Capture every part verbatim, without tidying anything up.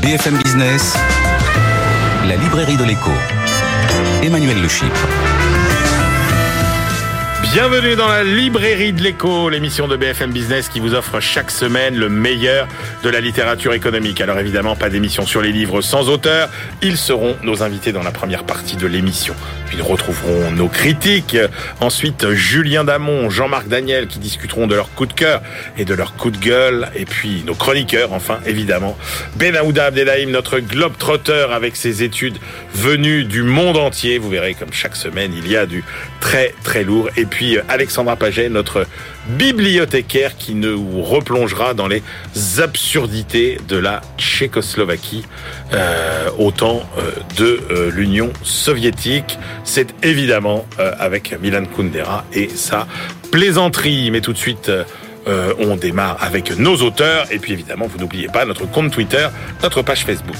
B F M Business, la librairie de l'écho. Emmanuel Le Chypre. Bienvenue dans la librairie de l'écho, l'émission de B F M Business qui vous offre chaque semaine le meilleur de la littérature économique. Alors évidemment, pas d'émission sur les livres sans auteur. Ils seront nos invités dans la première partie de l'émission. Puis nous retrouverons nos critiques. Ensuite, Julien Damon, Jean-Marc Daniel qui discuteront de leur coup de cœur et de leur coup de gueule. Et puis nos chroniqueurs, enfin évidemment. Benaouda Abdelhaim, notre globe-trotter avec ses études venues du monde entier. Vous verrez comme chaque semaine, il y a du très très lourd. Et puis Alexandra Paget, notre bibliothécaire qui nous replongera dans les absurdités de la Tchécoslovaquie euh, au temps euh, de euh, l'Union soviétique. C'est évidemment euh, avec Milan Kundera et sa plaisanterie. Mais tout de suite, euh, euh, on démarre avec nos auteurs. Et puis évidemment, vous n'oubliez pas notre compte Twitter, notre page Facebook.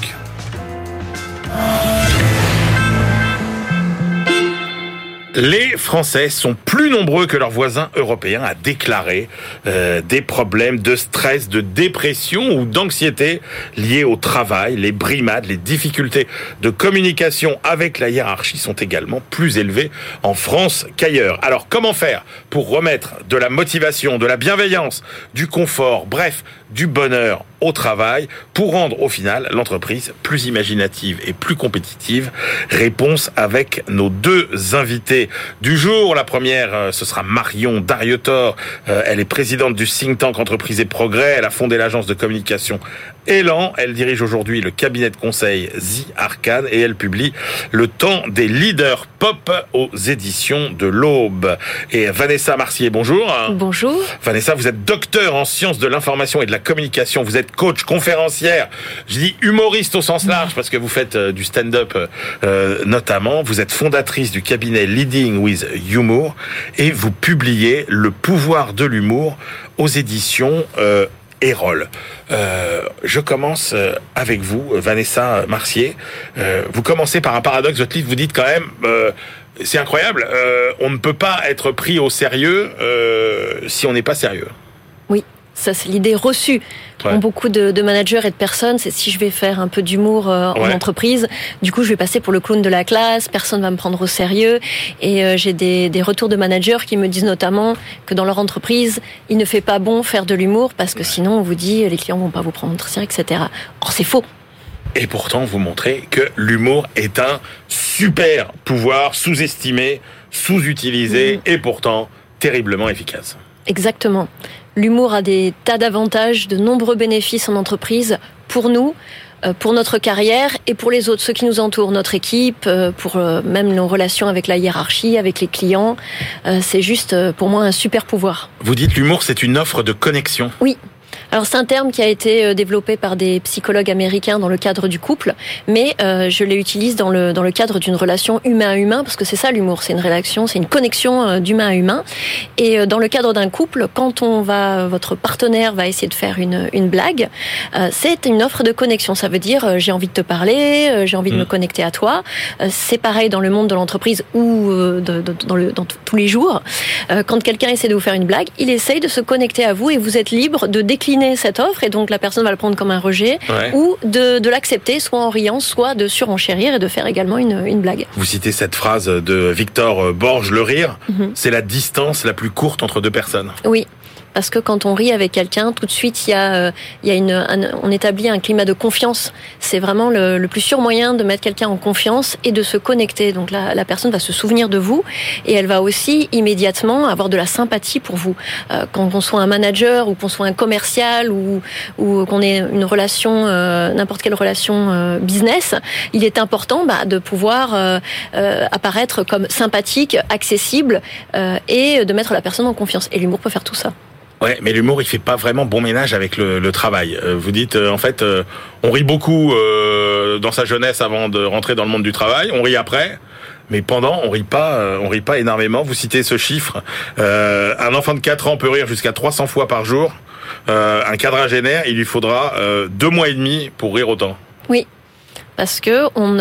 Les Français sont plus nombreux que leurs voisins européens à déclarer euh, des problèmes de stress, de dépression ou d'anxiété liés au travail. Les brimades, les difficultés de communication avec la hiérarchie sont également plus élevées en France qu'ailleurs. Alors comment faire pour remettre de la motivation, de la bienveillance, du confort, bref, du bonheur au travail pour rendre au final l'entreprise plus imaginative et plus compétitive? Réponse avec nos deux invités du jour. La première, ce sera Marion Darrieutor. Elle est présidente du think tank Entreprise et Progrès. Elle a fondé l'agence de communication Élan. Elle dirige aujourd'hui le cabinet de conseil The Arcane et elle publie Le temps des leaders pop aux éditions de l'Aube. Et Vanessa Marcier, bonjour. Bonjour. Vanessa, vous êtes docteur en sciences de l'information et de la communication. Vous êtes coach, conférencière. Je dis humoriste au sens large parce que vous faites euh, du stand-up euh, notamment. Vous êtes fondatrice du cabinet Leading with Humour et vous publiez Le pouvoir de l'humour aux éditions euh, Erol. Euh, je commence avec vous, Vanessa Marcier. Euh, vous commencez par un paradoxe. Votre livre, vous dites quand même, euh, c'est incroyable, euh, on ne peut pas être pris au sérieux euh, si on n'est pas sérieux. Oui, ça c'est l'idée reçue. Ouais. Beaucoup de, de managers et de personnes, c'est si je vais faire un peu d'humour euh, en ouais. entreprise, du coup je vais passer pour le clown de la classe, personne va me prendre au sérieux. Et euh, j'ai des, des retours de managers qui me disent notamment que dans leur entreprise, il ne fait pas bon faire de l'humour parce que sinon on vous dit les clients vont pas vous prendre au sérieux, et cetera. Or c'est faux. Et pourtant, vous montrez que l'humour est un super pouvoir sous-estimé, sous-utilisé mmh. et pourtant terriblement efficace. Exactement. L'humour a des tas d'avantages, de nombreux bénéfices en entreprise pour nous, pour notre carrière et pour les autres, ceux qui nous entourent, notre équipe, pour même nos relations avec la hiérarchie, avec les clients. C'est juste pour moi un super pouvoir. Vous dites l'humour, c'est une offre de connexion. Oui. Alors c'est un terme qui a été développé par des psychologues américains dans le cadre du couple, mais euh, je l'utilise dans le dans le cadre d'une relation humain à humain parce que c'est ça l'humour, c'est une relation, c'est une connexion d'humain à humain. Et euh, dans le cadre d'un couple, quand on va, votre partenaire va essayer de faire une une blague, euh, c'est une offre de connexion. Ça veut dire euh, j'ai envie de te parler, euh, j'ai envie mmh. de me connecter à toi. Euh, c'est pareil dans le monde de l'entreprise ou euh, de, de, dans le dans t- tous les jours. Euh, quand quelqu'un essaie de vous faire une blague, il essaye de se connecter à vous et vous êtes libre de décliner cette offre et donc la personne va le prendre comme un rejet ouais. ou de, de l'accepter soit en riant, soit de surenchérir et de faire également une, une blague. Vous citez cette phrase de Victor Borge, le rire, mm-hmm. c'est la distance la plus courte entre deux personnes. Oui. Parce que quand on rit avec quelqu'un, tout de suite, il y a, euh, il y a une, un, on établit un climat de confiance. C'est vraiment le, le plus sûr moyen de mettre quelqu'un en confiance et de se connecter. Donc la, la personne va se souvenir de vous et elle va aussi immédiatement avoir de la sympathie pour vous. Euh, quand on soit un manager ou qu'on soit un commercial ou, ou qu'on ait une relation, euh, n'importe quelle relation euh, business, il est important bah, de pouvoir euh, euh, apparaître comme sympathique, accessible euh, et de mettre la personne en confiance. Et l'humour peut faire tout ça. Ouais, mais l'humour, il fait pas vraiment bon ménage avec le, le travail. Euh, vous dites, euh, en fait, euh, on rit beaucoup euh, dans sa jeunesse avant de rentrer dans le monde du travail, on rit après, mais pendant, on rit pas, euh, on rit pas énormément. Vous citez ce chiffre, euh, un enfant de quatre ans peut rire jusqu'à trois cents fois par jour. Euh, un quadragénaire, il lui faudra euh, deux mois et demi pour rire autant. Oui, parce que on,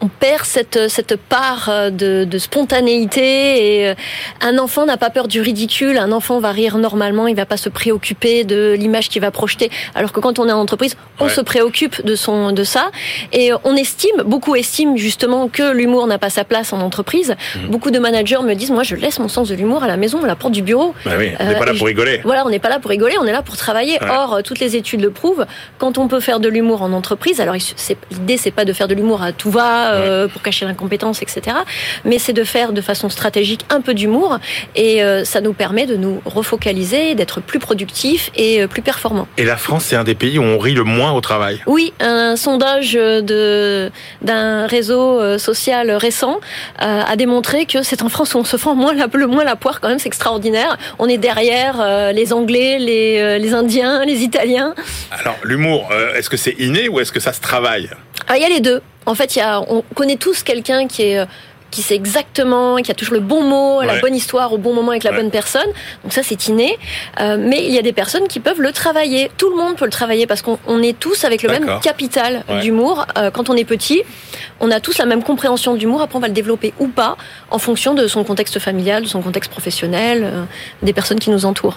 on perd cette cette part de, de spontanéité. Et un enfant n'a pas peur du ridicule. Un enfant va rire normalement. Il va pas se préoccuper de l'image qu'il va projeter. Alors que quand on est en entreprise, on ouais. se préoccupe de son de ça. Et on estime, beaucoup estiment justement que l'humour n'a pas sa place en entreprise. Mmh. Beaucoup de managers me disent, moi, je laisse mon sens de l'humour à la maison, à la porte du bureau. Bah oui, on n'est euh, pas là pour rigoler. Voilà, on n'est pas là pour rigoler. On est là pour travailler. Ouais. Or, toutes les études le prouvent. Quand on peut faire de l'humour en entreprise, alors c'est, l'idée c'est pas de faire de l'humour à tout va euh, ouais. pour cacher l'incompétence, et cetera. Mais c'est de faire de façon stratégique un peu d'humour et euh, ça nous permet de nous refocaliser, d'être plus productifs et euh, plus performants. Et la France, c'est un des pays où on rit le moins au travail. Oui, un sondage de d'un réseau social récent euh, a démontré que c'est en France où on se fend moins la, le moins la poire. Quand même, c'est extraordinaire. On est derrière euh, les Anglais, les euh, les Indiens, les Italiens. Alors, l'humour, euh, est-ce que c'est inné ou est-ce que ça se travaille ? Ah, il y a les deux. En fait, il y a, on connaît tous quelqu'un qui est qui sait exactement, qui a toujours le bon mot, ouais. la bonne histoire au bon moment avec la ouais. bonne personne. Donc ça, c'est inné. Euh, mais il y a des personnes qui peuvent le travailler. Tout le monde peut le travailler parce qu'on on est tous avec le D'accord. même capital ouais. d'humour. Euh, quand on est petit, on a tous la même compréhension de l'humour. Après, on va le développer ou pas en fonction de son contexte familial, de son contexte professionnel, euh, des personnes qui nous entourent.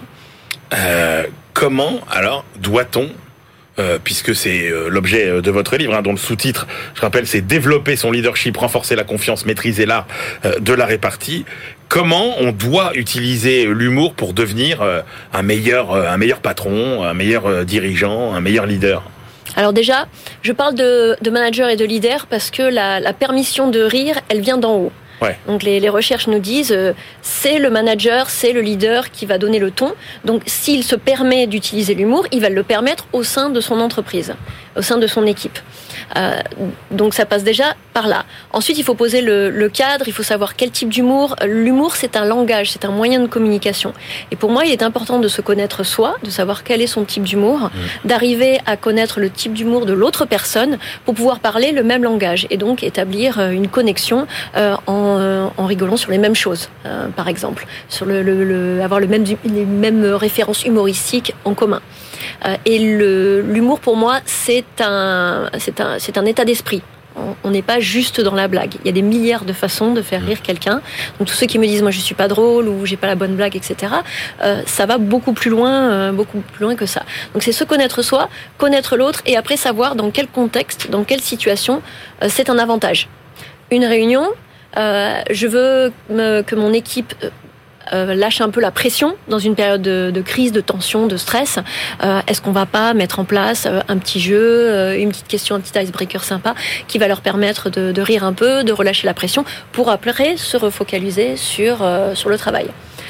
Euh, comment, alors, doit-on Euh, puisque c'est euh, l'objet de votre livre, hein, dont le sous-titre, je rappelle, c'est « Développer son leadership, renforcer la confiance, maîtriser l'art euh, de la répartie ». Comment on doit utiliser l'humour pour devenir euh, un meilleur, euh, un meilleur patron, un meilleur euh, dirigeant, un meilleur leader ? Alors déjà, je parle de, de manager et de leader parce que la, la permission de rire, elle vient d'en haut. Ouais. Donc les, les recherches nous disent euh, c'est le manager, c'est le leader qui va donner le ton. Donc s'il se permet d'utiliser l'humour, il va le permettre au sein de son entreprise, au sein de son équipe. Euh, donc ça passe déjà par là. Ensuite, il faut poser le, le cadre, il faut savoir quel type d'humour. L'humour, c'est un langage, c'est un moyen de communication. Et pour moi, il est important de se connaître soi, de savoir quel est son type d'humour, mmh. d'arriver à connaître le type d'humour de l'autre personne pour pouvoir parler le même langage et donc établir une connexion euh, en en rigolant sur les mêmes choses, euh, par exemple, sur le, le, le avoir le même les mêmes références humoristiques en commun. Euh, et le, l'humour pour moi, c'est un c'est un c'est un état d'esprit. On n'est pas juste dans la blague. Il y a des milliards de façons de faire rire quelqu'un. Donc tous ceux qui me disent moi je suis pas drôle ou j'ai pas la bonne blague, et cetera. Euh, ça va beaucoup plus loin, euh, beaucoup plus loin que ça. Donc c'est se connaître soi, connaître l'autre et après savoir dans quel contexte, dans quelle situation euh, c'est un avantage. Une réunion. Euh, je veux me, que mon équipe euh, lâche un peu la pression dans une période de, de crise, de tension, de stress. Euh, est-ce qu'on va pas mettre en place euh, un petit jeu, euh, une petite question, un petit icebreaker sympa qui va leur permettre de, de rire un peu, de relâcher la pression pour après se refocaliser sur, euh, sur le travail.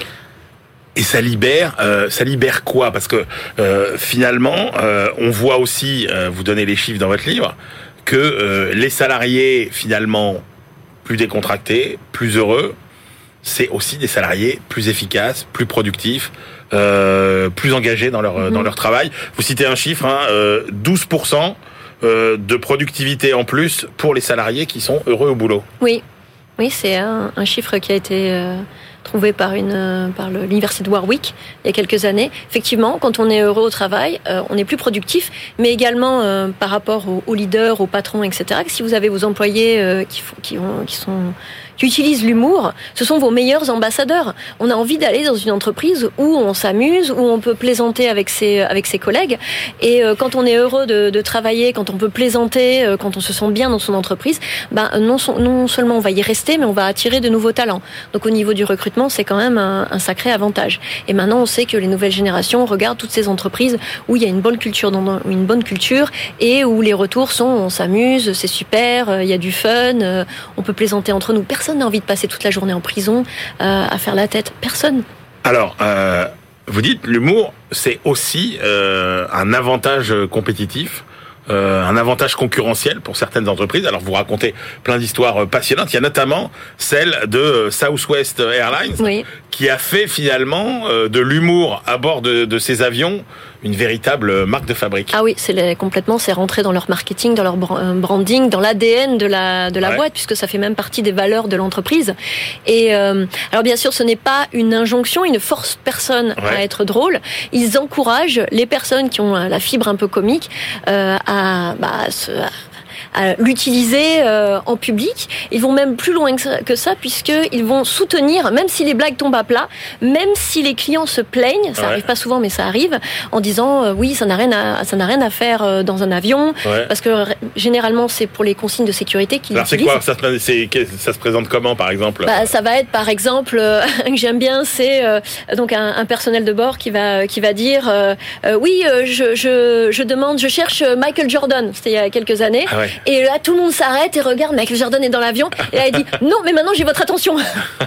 Et ça libère, euh, ça libère quoi ? Parce que euh, finalement, euh, on voit aussi, euh, vous donnez les chiffres dans votre livre, que euh, les salariés finalement plus décontractés, plus heureux, c'est aussi des salariés plus efficaces, plus productifs, euh, plus engagés dans leur mmh. dans leur travail. Vous citez un chiffre, hein, euh, douze pour cent euh, de productivité en plus pour les salariés qui sont heureux au boulot. Oui, oui, c'est un, un chiffre qui a été euh, trouvé par une par le, l'université de Warwick il y a quelques années. Effectivement, quand on est heureux au travail, euh, on est plus productif, mais également euh, par rapport aux, aux leaders, aux patrons, et cetera. Si vous avez vos employés euh, qui font, qui ont, qui sont qui utilisent l'humour, ce sont vos meilleurs ambassadeurs. On a envie d'aller dans une entreprise où on s'amuse, où on peut plaisanter avec ses avec ses collègues. Et euh, quand on est heureux de, de travailler, quand on peut plaisanter, euh, quand on se sent bien dans son entreprise, ben non, non seulement on va y rester, mais on va attirer de nouveaux talents. Donc au niveau du recrutement, c'est quand même un, un sacré avantage. Et maintenant, on sait que les nouvelles générations regardent toutes ces entreprises où il y a une bonne culture, dans une bonne culture, et où les retours sont on s'amuse, c'est super, il y a du fun, on peut plaisanter entre nous. Personne n'a envie de passer toute la journée en prison euh, à faire la tête. Personne. Alors, euh, vous dites l'humour, c'est aussi euh, un avantage compétitif. Euh, un avantage concurrentiel pour certaines entreprises. Alors vous racontez plein d'histoires passionnantes. Il y a notamment celle de Southwest Airlines oui. qui a fait finalement euh, de l'humour à bord de, de ses avions une véritable marque de fabrique. Ah oui, c'est les, complètement, c'est rentré dans leur marketing, dans leur branding, dans l'A D N de la de la ouais. boîte, puisque ça fait même partie des valeurs de l'entreprise. Et euh, alors bien sûr, ce n'est pas une injonction, ils ne forcent personne ouais. à être drôle. Ils encouragent les personnes qui ont la fibre un peu comique euh, à, bah, à se, à l'utiliser euh, en public. Ils vont même plus loin que ça, puisqu'ils vont soutenir, même si les blagues tombent à plat, même si les clients se plaignent, ça ouais. arrive pas souvent, mais ça arrive, en disant euh, oui, ça n'a rien à, ça n'a rien à faire euh, dans un avion, ouais. parce que r- généralement c'est pour les consignes de sécurité qu'ils Alors utilisent. Alors c'est quoi ça, c'est, ça se présente comment, par exemple? Bah, ça va être, par exemple, euh, que j'aime bien, c'est euh, donc un, un personnel de bord qui va qui va dire euh, euh, oui, euh, je, je je demande, je cherche Michael Jordan. C'était il y a quelques années. Ah ouais. Et là, tout le monde s'arrête et regarde. Michael Jordan est dans l'avion. Et là, il dit non, mais maintenant j'ai votre attention.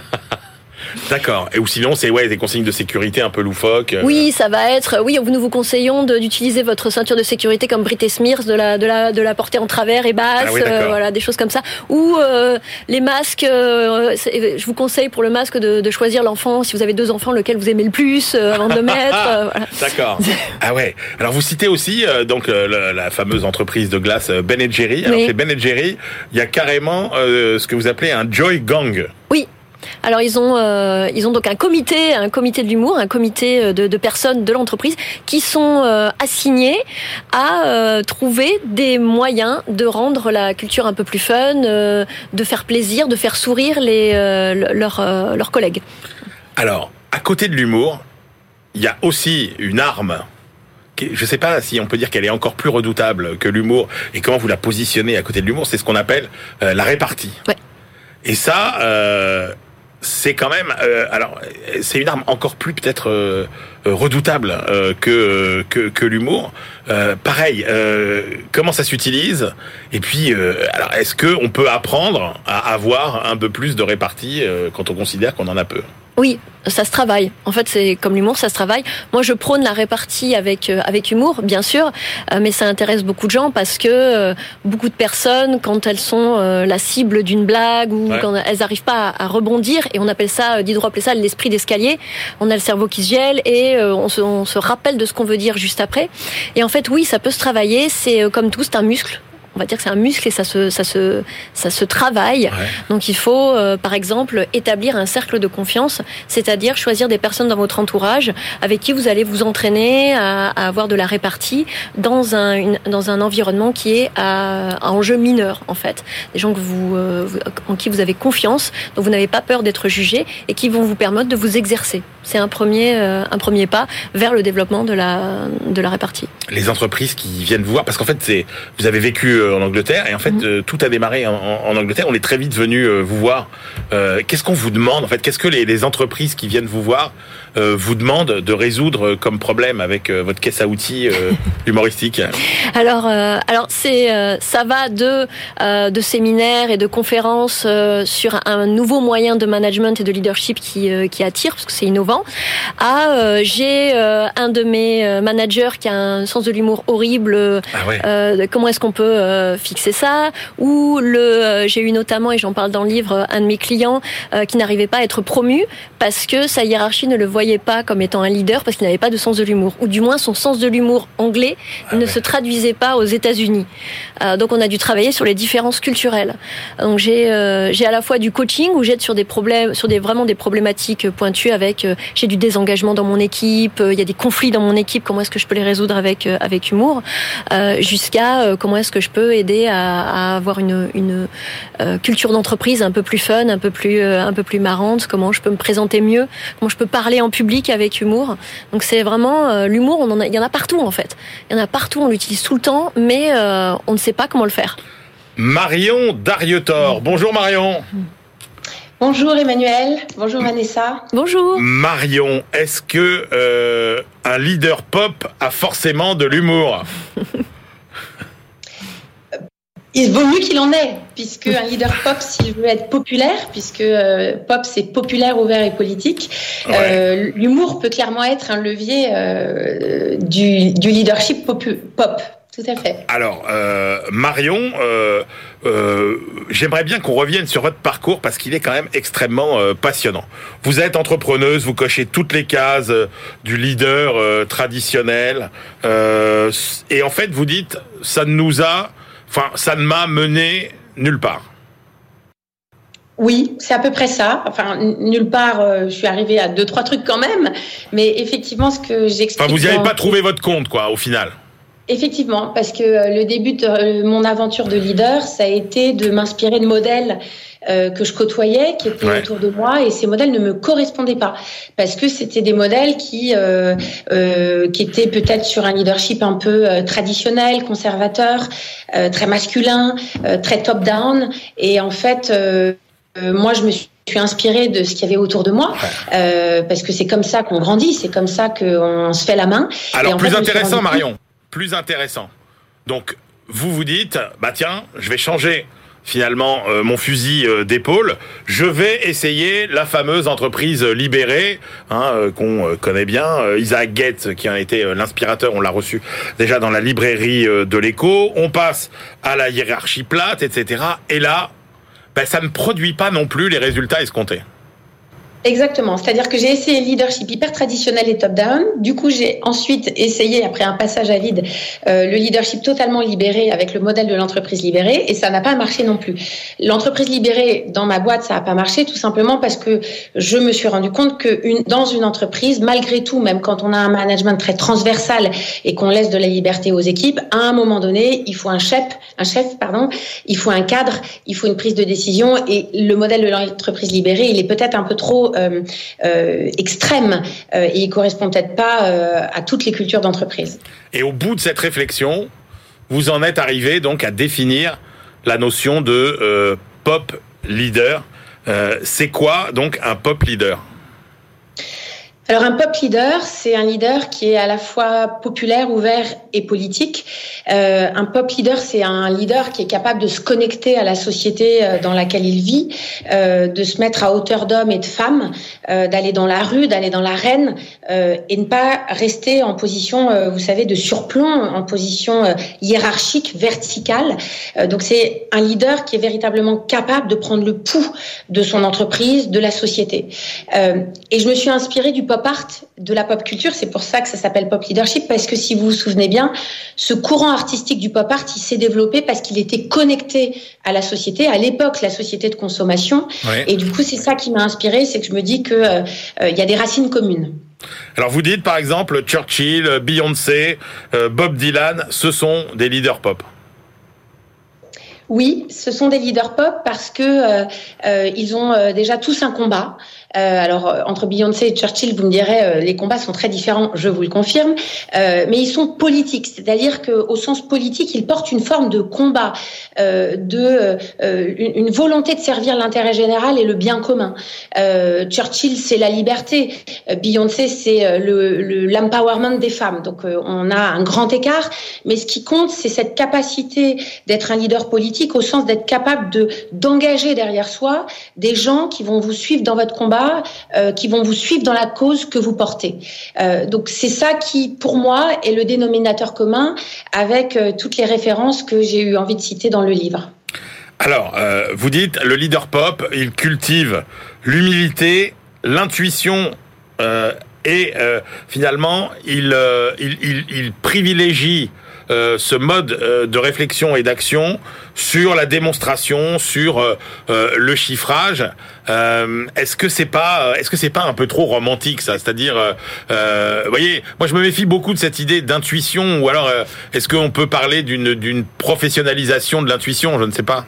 D'accord. Et ou sinon, c'est ouais, des consignes de sécurité un peu loufoques. Oui, ça va être. Oui, nous vous conseillons de, d'utiliser votre ceinture de sécurité comme Britney Spears, de la de la de la porter en travers et basse, ah oui, euh, voilà, des choses comme ça. Ou euh, les masques. Euh, je vous conseille pour le masque de, de choisir l'enfant, si vous avez deux enfants, lequel vous aimez le plus euh, avant de le mettre. Euh, voilà. D'accord. Ah ouais. Alors vous citez aussi euh, donc euh, la, la fameuse entreprise de glace euh, Ben and Jerry. Alors oui. Chez Ben and Jerry, il y a carrément euh, ce que vous appelez un Joy Gang. Oui. Alors ils ont euh, ils ont donc un comité un comité de l'humour, un comité de, de personnes de l'entreprise qui sont euh, assignées à euh, trouver des moyens de rendre la culture un peu plus fun, euh, de faire plaisir, de faire sourire les euh, leurs euh, leurs collègues. Alors à côté de l'humour, il y a aussi une arme. Je ne sais pas si on peut dire qu'elle est encore plus redoutable que l'humour et comment vous la positionnez à côté de l'humour. C'est ce qu'on appelle euh, la répartie. Ouais. Et ça. Euh, C'est quand même, euh, alors, c'est une arme encore plus peut-être euh, redoutable euh, que, que que l'humour. Euh, pareil, euh, comment ça s'utilise? Et puis, euh, alors, est-ce que on peut apprendre à avoir un peu plus de répartie euh, quand on considère qu'on en a peu? Oui, ça se travaille. En fait, c'est comme l'humour, ça se travaille. Moi, je prône la répartie avec euh, avec humour, bien sûr, euh, mais ça intéresse beaucoup de gens parce que euh, beaucoup de personnes, quand elles sont euh, la cible d'une blague ou ouais. quand elles n'arrivent pas à, à rebondir, et on appelle ça, Diderot appelait ça l'esprit d'escalier. On a le cerveau qui se gèle et euh, on se on se rappelle de ce qu'on veut dire juste après. Et en fait, oui, ça peut se travailler. C'est euh, comme tout, c'est un muscle. On va dire que c'est un muscle et ça se ça se ça se travaille. Ouais. Donc il faut euh, par exemple établir un cercle de confiance, c'est-à-dire choisir des personnes dans votre entourage avec qui vous allez vous entraîner à, à avoir de la répartie dans un une, dans un environnement qui est à, à enjeu mineur en fait. Des gens que vous, euh, vous en qui vous avez confiance, dont vous n'avez pas peur d'être jugé et qui vont vous permettre de vous exercer. C'est un premier euh, un premier pas vers le développement de la de la répartie. Les entreprises qui viennent vous voir, parce qu'en fait c'est vous avez vécu en Angleterre et en fait mmh. euh, tout a démarré en, en Angleterre. On est très vite venu euh, vous voir. Euh, qu'est-ce qu'on vous demande en fait? Qu'est-ce que les, les entreprises qui viennent vous voir euh, vous demandent de résoudre comme problème avec euh, votre caisse à outils euh, humoristique? Alors euh, alors c'est euh, ça va de euh, de séminaires et de conférences euh, sur un nouveau moyen de management et de leadership qui euh, qui attire parce que c'est innovant. À euh, j'ai euh, un de mes managers qui a un sens de l'humour horrible. Ah ouais. euh, comment est-ce qu'on peut euh, fixer ça? Ou le euh, j'ai eu notamment, et j'en parle dans le livre, un de mes clients euh, qui n'arrivait pas à être promu parce que sa hiérarchie ne le voyait pas comme étant un leader parce qu'il n'avait pas de sens de l'humour, ou du moins son sens de l'humour anglais ah ne ouais. se traduisait pas aux États-Unis. Euh, donc on a dû travailler sur les différences culturelles. Donc j'ai euh, j'ai à la fois du coaching où j'aide sur des problèmes, sur des vraiment des problématiques pointues avec euh, j'ai du désengagement dans mon équipe, il y a des conflits dans mon équipe, comment est-ce que je peux les résoudre avec euh, avec humour, euh, jusqu'à euh, comment est-ce que je peux aider à, à avoir une une euh, culture d'entreprise un peu plus fun, un peu plus euh, un peu plus marrante, comment je peux me présenter mieux, comment je peux parler en public avec humour. Donc c'est vraiment euh, l'humour, on en a, il y en a partout en fait. Il y en a partout, on l'utilise tout le temps, mais euh, on ne sait pas comment le faire. Marion Darietor. Bonjour Marion. Bonjour Emmanuel, bonjour Vanessa. Bonjour. Marion, est-ce que euh, un leader pop a forcément de l'humour? Il vaut mieux qu'il en ait, puisque un leader pop, s'il veut être populaire, puisque euh, pop c'est populaire, ouvert et politique, ouais. euh, l'humour peut clairement être un levier euh, du, du leadership popu- pop. Tout à fait. Alors, euh, Marion, euh, euh, j'aimerais bien qu'on revienne sur votre parcours parce qu'il est quand même extrêmement euh, passionnant. Vous êtes entrepreneuse, vous cochez toutes les cases euh, du leader euh, traditionnel, euh, et en fait, vous dites, ça ne nous a, enfin, ça ne m'a mené nulle part. Oui, c'est à peu près ça. Enfin, nulle part, euh, je suis arrivée à deux, trois trucs quand même, mais effectivement, ce que j'explique. Enfin, vous n'y avez pas trouvé votre compte, quoi, au final. Effectivement, parce que le début de mon aventure de leader, ça a été de m'inspirer de modèles euh, que je côtoyais, qui étaient ouais. autour de moi, et ces modèles ne me correspondaient pas, parce que c'était des modèles qui euh, euh, qui étaient peut-être sur un leadership un peu euh, traditionnel, conservateur, euh, très masculin, euh, très top-down, et en fait, euh, euh, moi, je me suis Je suis inspirée de ce qu'il y avait autour de moi, euh, parce que c'est comme ça qu'on grandit, c'est comme ça qu'on se fait la main. Alors, plus fait, intéressant, Marion, plus intéressant. Donc, vous vous dites, bah tiens, je vais changer finalement euh, mon fusil euh, d'épaule. Je vais essayer la fameuse entreprise libérée, hein, euh, qu'on euh, connaît bien. Euh, Isaac Getz, qui a été euh, l'inspirateur, on l'a reçu déjà dans la librairie euh, de l'Écho. On passe à la hiérarchie plate, et cetera. Et là, ben, ça ne produit pas non plus les résultats escomptés. Exactement. C'est-à-dire que j'ai essayé le leadership hyper traditionnel et top-down. Du coup, j'ai ensuite essayé, après un passage à vide, euh, le leadership totalement libéré avec le modèle de l'entreprise libérée, et ça n'a pas marché non plus. L'entreprise libérée, dans ma boîte, ça n'a pas marché, tout simplement parce que je me suis rendu compte que une, dans une entreprise, malgré tout, même quand on a un management très transversal et qu'on laisse de la liberté aux équipes, à un moment donné, il faut un chef, un chef, pardon, il faut un cadre, il faut une prise de décision, et le modèle de l'entreprise libérée, il est peut-être un peu trop Euh, euh, extrême euh, et il correspond peut-être pas euh, à toutes les cultures d'entreprise. Et au bout de cette réflexion, vous en êtes arrivé donc à définir la notion de euh, pop leader. Euh, c'est quoi donc un pop leader ? Alors un pop leader, c'est un leader qui est à la fois populaire, ouvert et politique. Euh, un pop leader, c'est un leader qui est capable de se connecter à la société dans laquelle il vit, euh, de se mettre à hauteur d'hommes et de femmes, euh, d'aller dans la rue, d'aller dans l'arène, euh, et ne pas rester en position, euh, vous savez, de surplomb, en position euh, hiérarchique, verticale. Euh, donc c'est un leader qui est véritablement capable de prendre le pouls de son entreprise, de la société. Euh, et je me suis inspirée du pop art, de la pop culture, c'est pour ça que ça s'appelle pop leadership, parce que si vous vous souvenez bien, ce courant artistique du pop art, il s'est développé parce qu'il était connecté à la société, à l'époque la société de consommation, ouais. Et du coup c'est ça qui m'a inspirée, c'est que je me dis que euh, euh, y a des racines communes. Alors vous dites par exemple Churchill, Beyoncé, euh, Bob Dylan, ce sont des leaders pop. Oui, ce sont des leaders pop parce que euh, euh, ils ont euh, déjà tous un combat. Euh, alors entre Beyoncé et Churchill, vous me direz, euh, les combats sont très différents, je vous le confirme, euh, mais ils sont politiques, c'est-à-dire que au sens politique, ils portent une forme de combat, euh, de euh, une, une volonté de servir l'intérêt général et le bien commun. Euh, Churchill, c'est la liberté, euh, Beyoncé, c'est le, le l'empowerment des femmes. Donc euh, on a un grand écart, mais ce qui compte, c'est cette capacité d'être un leader politique au sens d'être capable de d'engager derrière soi des gens qui vont vous suivre dans votre combat. Euh, qui vont vous suivre dans la cause que vous portez. Euh, donc c'est ça qui, pour moi, est le dénominateur commun avec euh, toutes les références que j'ai eu envie de citer dans le livre. Alors, euh, vous dites, le leader pop, il cultive l'humilité, l'intuition euh, et euh, finalement, il, euh, il, il, il privilégie Euh, ce mode euh, de réflexion et d'action sur la démonstration, sur euh, euh, le chiffrage. Euh, est-ce que c'est pas, est-ce que c'est pas un peu trop romantique ça ? C'est-à-dire, euh, euh, vous voyez, moi je me méfie beaucoup de cette idée d'intuition, ou alors euh, est-ce qu'on peut parler d'une d'une professionnalisation de l'intuition ? Je ne sais pas.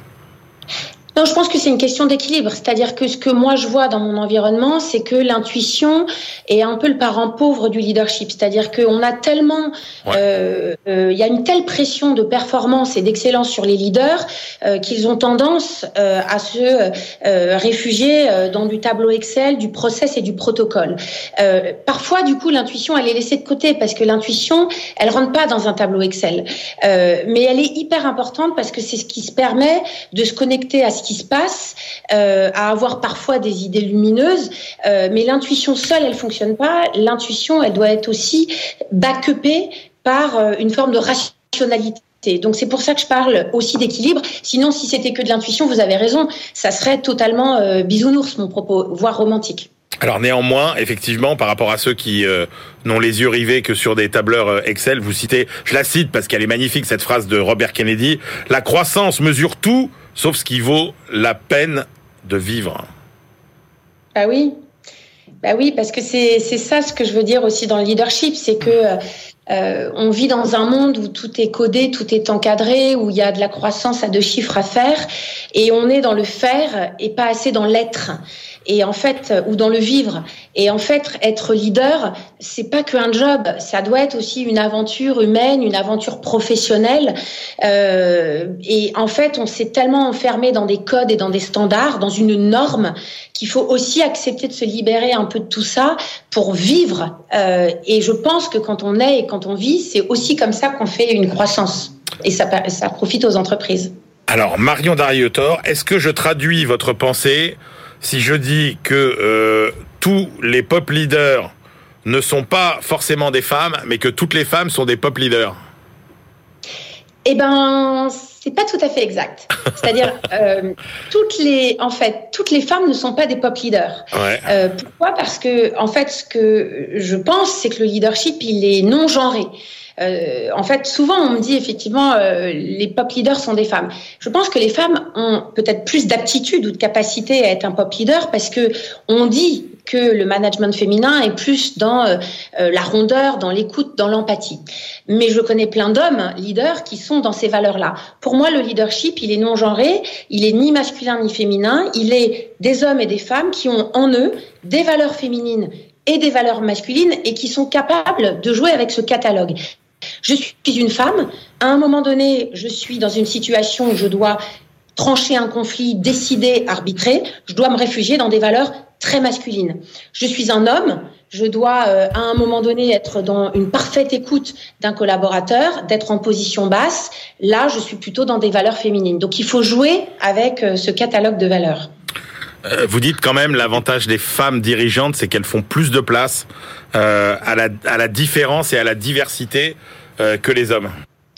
Non, je pense que c'est une question d'équilibre. C'est-à-dire que ce que moi je vois dans mon environnement, c'est que l'intuition est un peu le parent pauvre du leadership. C'est-à-dire qu'on a tellement, il ouais. euh, euh, y a une telle pression de performance et d'excellence sur les leaders euh, qu'ils ont tendance euh, à se euh, réfugier euh, dans du tableau Excel, du process et du protocole. Euh, parfois, du coup, l'intuition, elle est laissée de côté parce que l'intuition, elle rentre pas dans un tableau Excel. Euh, mais elle est hyper importante parce que c'est ce qui se permet de se connecter à ce qui se passe, euh, à avoir parfois des idées lumineuses, euh, mais l'intuition seule, elle fonctionne pas. L'intuition, elle doit être aussi back-upée par euh, une forme de rationalité. Donc c'est pour ça que je parle aussi d'équilibre. Sinon, si c'était que de l'intuition, vous avez raison, ça serait totalement euh, bisounours, mon propos, voire romantique. Alors néanmoins, effectivement, par rapport à ceux qui euh, n'ont les yeux rivés que sur des tableurs Excel, vous citez, je la cite parce qu'elle est magnifique, cette phrase de Robert Kennedy, « La croissance mesure tout, sauf ce qui vaut la peine de vivre ». Ah oui. Bah oui, parce que c'est c'est ça ce que je veux dire aussi dans le leadership, c'est que euh, on vit dans un monde où tout est codé, tout est encadré, où il y a de la croissance à deux chiffres à faire, et on est dans le faire et pas assez dans l'être. Et en fait, ou dans le vivre. Et en fait, être leader, c'est pas qu'un job. Ça doit être aussi une aventure humaine, une aventure professionnelle. Euh, et en fait, on s'est tellement enfermé dans des codes et dans des standards, dans une norme, qu'il faut aussi accepter de se libérer un peu de tout ça pour vivre. Euh, et je pense que quand on est et quand on vit, c'est aussi comme ça qu'on fait une croissance. Et ça, ça profite aux entreprises. Alors, Marion Darrieutor, est-ce que je traduis votre pensée si je dis que euh, tous les pop leaders ne sont pas forcément des femmes, mais que toutes les femmes sont des pop leaders? Eh ben, c'est pas tout à fait exact. C'est-à-dire, euh, toutes les, en fait, toutes les femmes ne sont pas des pop leaders. Ouais. Euh, pourquoi ? Parce que, en fait, ce que je pense, c'est que le leadership, il est non genré. Euh, en fait, souvent, on me dit effectivement, euh, les pop leaders sont des femmes. Je pense que les femmes ont peut-être plus d'aptitude ou de capacité à être un pop leader parce que on dit que le management féminin est plus dans euh, la rondeur, dans l'écoute, dans l'empathie. Mais je connais plein d'hommes leaders qui sont dans ces valeurs-là. Pour moi, le leadership, il est non genré, il est ni masculin ni féminin, il est des hommes et des femmes qui ont en eux des valeurs féminines et des valeurs masculines et qui sont capables de jouer avec ce catalogue. Je suis une femme, à un moment donné, je suis dans une situation où je dois trancher un conflit, décider, arbitrer, je dois me réfugier dans des valeurs très masculines. Je suis un homme, je dois euh, à un moment donné être dans une parfaite écoute d'un collaborateur, d'être en position basse. Là, je suis plutôt dans des valeurs féminines. Donc il faut jouer avec euh, ce catalogue de valeurs. Euh, vous dites quand même l'avantage des femmes dirigeantes, c'est qu'elles font plus de place euh, à la à la différence et à la diversité euh, que les hommes.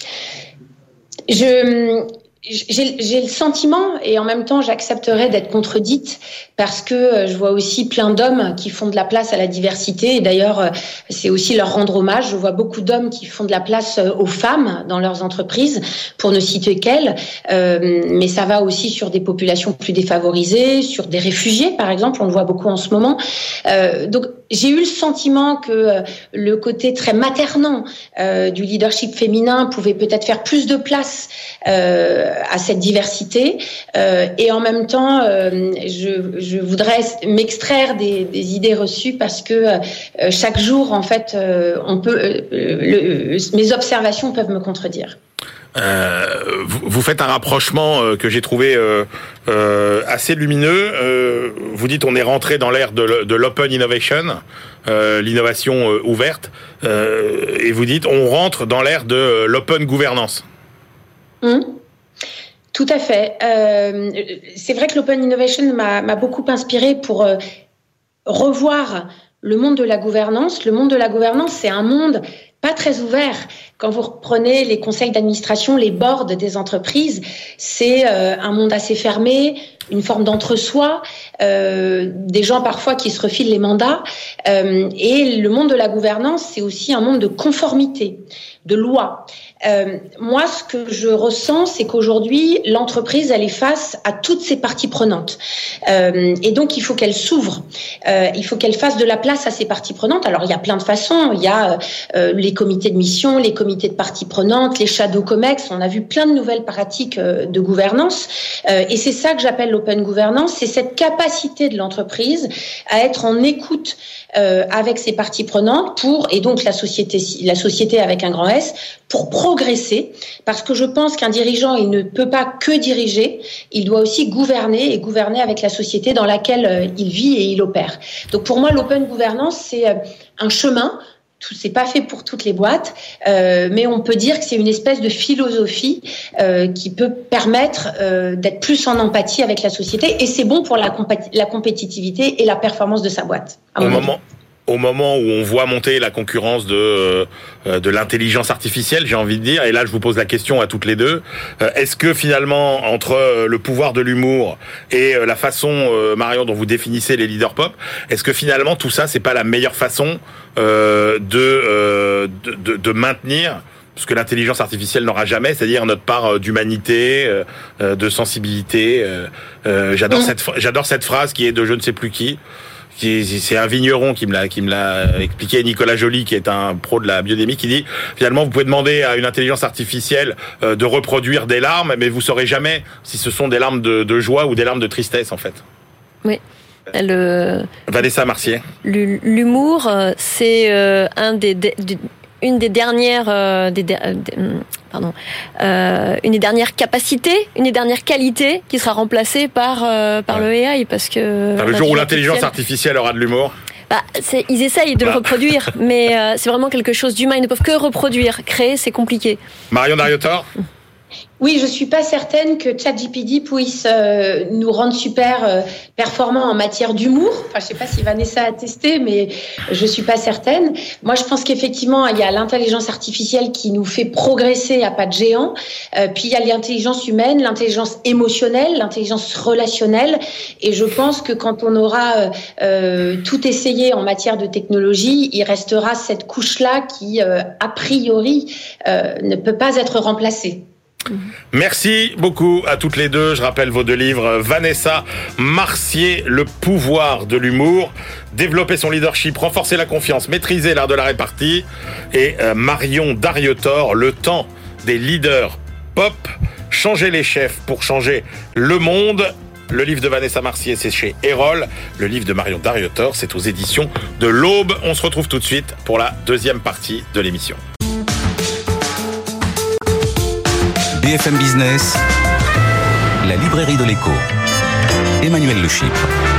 Je J'ai, j'ai le sentiment, et en même temps j'accepterais d'être contredite, parce que je vois aussi plein d'hommes qui font de la place à la diversité, et d'ailleurs c'est aussi leur rendre hommage. Je vois beaucoup d'hommes qui font de la place aux femmes dans leurs entreprises, pour ne citer qu'elles, euh, mais ça va aussi sur des populations plus défavorisées, sur des réfugiés par exemple, on le voit beaucoup en ce moment. Euh, donc j'ai eu le sentiment que le côté très maternant euh, du leadership féminin pouvait peut-être faire plus de place euh, à cette diversité, euh, et en même temps euh, je, je voudrais m'extraire des, des idées reçues, parce que euh, chaque jour en fait euh, on peut euh, le, mes observations peuvent me contredire. Euh, vous, vous faites un rapprochement euh, que j'ai trouvé euh, euh, assez lumineux. Euh, vous dites on est rentré dans l'ère de, de l'open innovation, euh, l'innovation euh, ouverte, euh, et vous dites on rentre dans l'ère de euh, l'open gouvernance. Mmh. Tout à fait. Euh, c'est vrai que l'open innovation m'a, m'a beaucoup inspirée pour euh, revoir le monde de la gouvernance. Le monde de la gouvernance, c'est un monde pas très ouvert. Quand vous reprenez les conseils d'administration, les boards des entreprises, c'est euh, un monde assez fermé, une forme d'entre-soi, euh, des gens parfois qui se refilent les mandats. Euh, et le monde de la gouvernance, c'est aussi un monde de conformité, de loi. Euh, moi, ce que je ressens, c'est qu'aujourd'hui, l'entreprise, elle est face à toutes ses parties prenantes. Euh, et donc, il faut qu'elle s'ouvre. Euh, il faut qu'elle fasse de la place à ses parties prenantes. Alors, il y a plein de façons. Il y a euh, les comités de mission, les comités de parties prenantes, les shadow comex. On a vu plein de nouvelles pratiques euh, de gouvernance. Euh, et c'est ça que j'appelle l'open gouvernance. C'est cette capacité de l'entreprise à être en écoute euh, avec ses parties prenantes pour, et donc la société, la société avec un grand S, pour progresser, parce que je pense qu'un dirigeant, il ne peut pas que diriger, il doit aussi gouverner, et gouverner avec la société dans laquelle euh, il vit et il opère. Donc pour moi, l'open gouvernance, c'est euh, un chemin. Tout, c'est pas fait pour toutes les boîtes, euh, mais on peut dire que c'est une espèce de philosophie euh, qui peut permettre euh, d'être plus en empathie avec la société, et c'est bon pour la, compé- la compétitivité et la performance de sa boîte. Au moment, au moment où on voit monter la concurrence de euh, de l'intelligence artificielle, j'ai envie de dire, et là je vous pose la question à toutes les deux, euh, est-ce que finalement entre euh, le pouvoir de l'humour et euh, la façon, euh, Marion, dont vous définissez les leaders pop, est-ce que finalement tout ça c'est pas la meilleure façon euh, de, euh, de de de maintenir ce que l'intelligence artificielle n'aura jamais, c'est-à-dire notre part d'humanité, euh, de sensibilité. Euh, euh, j'adore mmh. cette j'adore cette phrase qui est de je ne sais plus qui. c'est un vigneron qui me l'a qui me l'a expliqué, Nicolas Joly, qui est un pro de la biodynamie, qui dit finalement vous pouvez demander à une intelligence artificielle euh, de reproduire des larmes, mais vous saurez jamais si ce sont des larmes de, de joie ou des larmes de tristesse en fait. Oui. Le... Vanessa Marcier. L'humour, c'est euh, un des, des, une des dernières, euh, des, des, pardon, euh, une des dernières capacités, une des dernières qualités qui sera remplacée par euh, par ouais. le A I, parce que enfin, le jour où l'intelligence artificielle aura de l'humour. Bah, c'est, ils essayent de bah. le reproduire, mais euh, c'est vraiment quelque chose d'humain. Ils ne peuvent que reproduire, créer, c'est compliqué. Marion Darrieutor. Oui, je suis pas certaine que ChatGPT puisse euh, nous rendre super euh, performants en matière d'humour. Enfin, je sais pas si Vanessa a testé, mais je suis pas certaine. Moi, je pense qu'effectivement, il y a l'intelligence artificielle qui nous fait progresser à pas de géant. Euh, puis il y a l'intelligence humaine, l'intelligence émotionnelle, l'intelligence relationnelle. Et je pense que quand on aura euh, euh, tout essayé en matière de technologie, il restera cette couche-là qui, euh, a priori, euh, ne peut pas être remplacée. Merci beaucoup à toutes les deux. Je rappelle vos deux livres. Vanessa Marcier, Le pouvoir de l'humour, développer son leadership, renforcer la confiance, maîtriser l'art de la répartie. Et euh, Marion Darrieutor, Le temps des leaders pop, changer les chefs pour changer le monde. Le livre de Vanessa Marcier, c'est chez Erol. Le livre de Marion Darrieutor, c'est aux éditions de l'Aube. On se retrouve tout de suite pour la deuxième partie de l'émission. B F M Business, la librairie de l'écho. Emmanuel Le Chypre.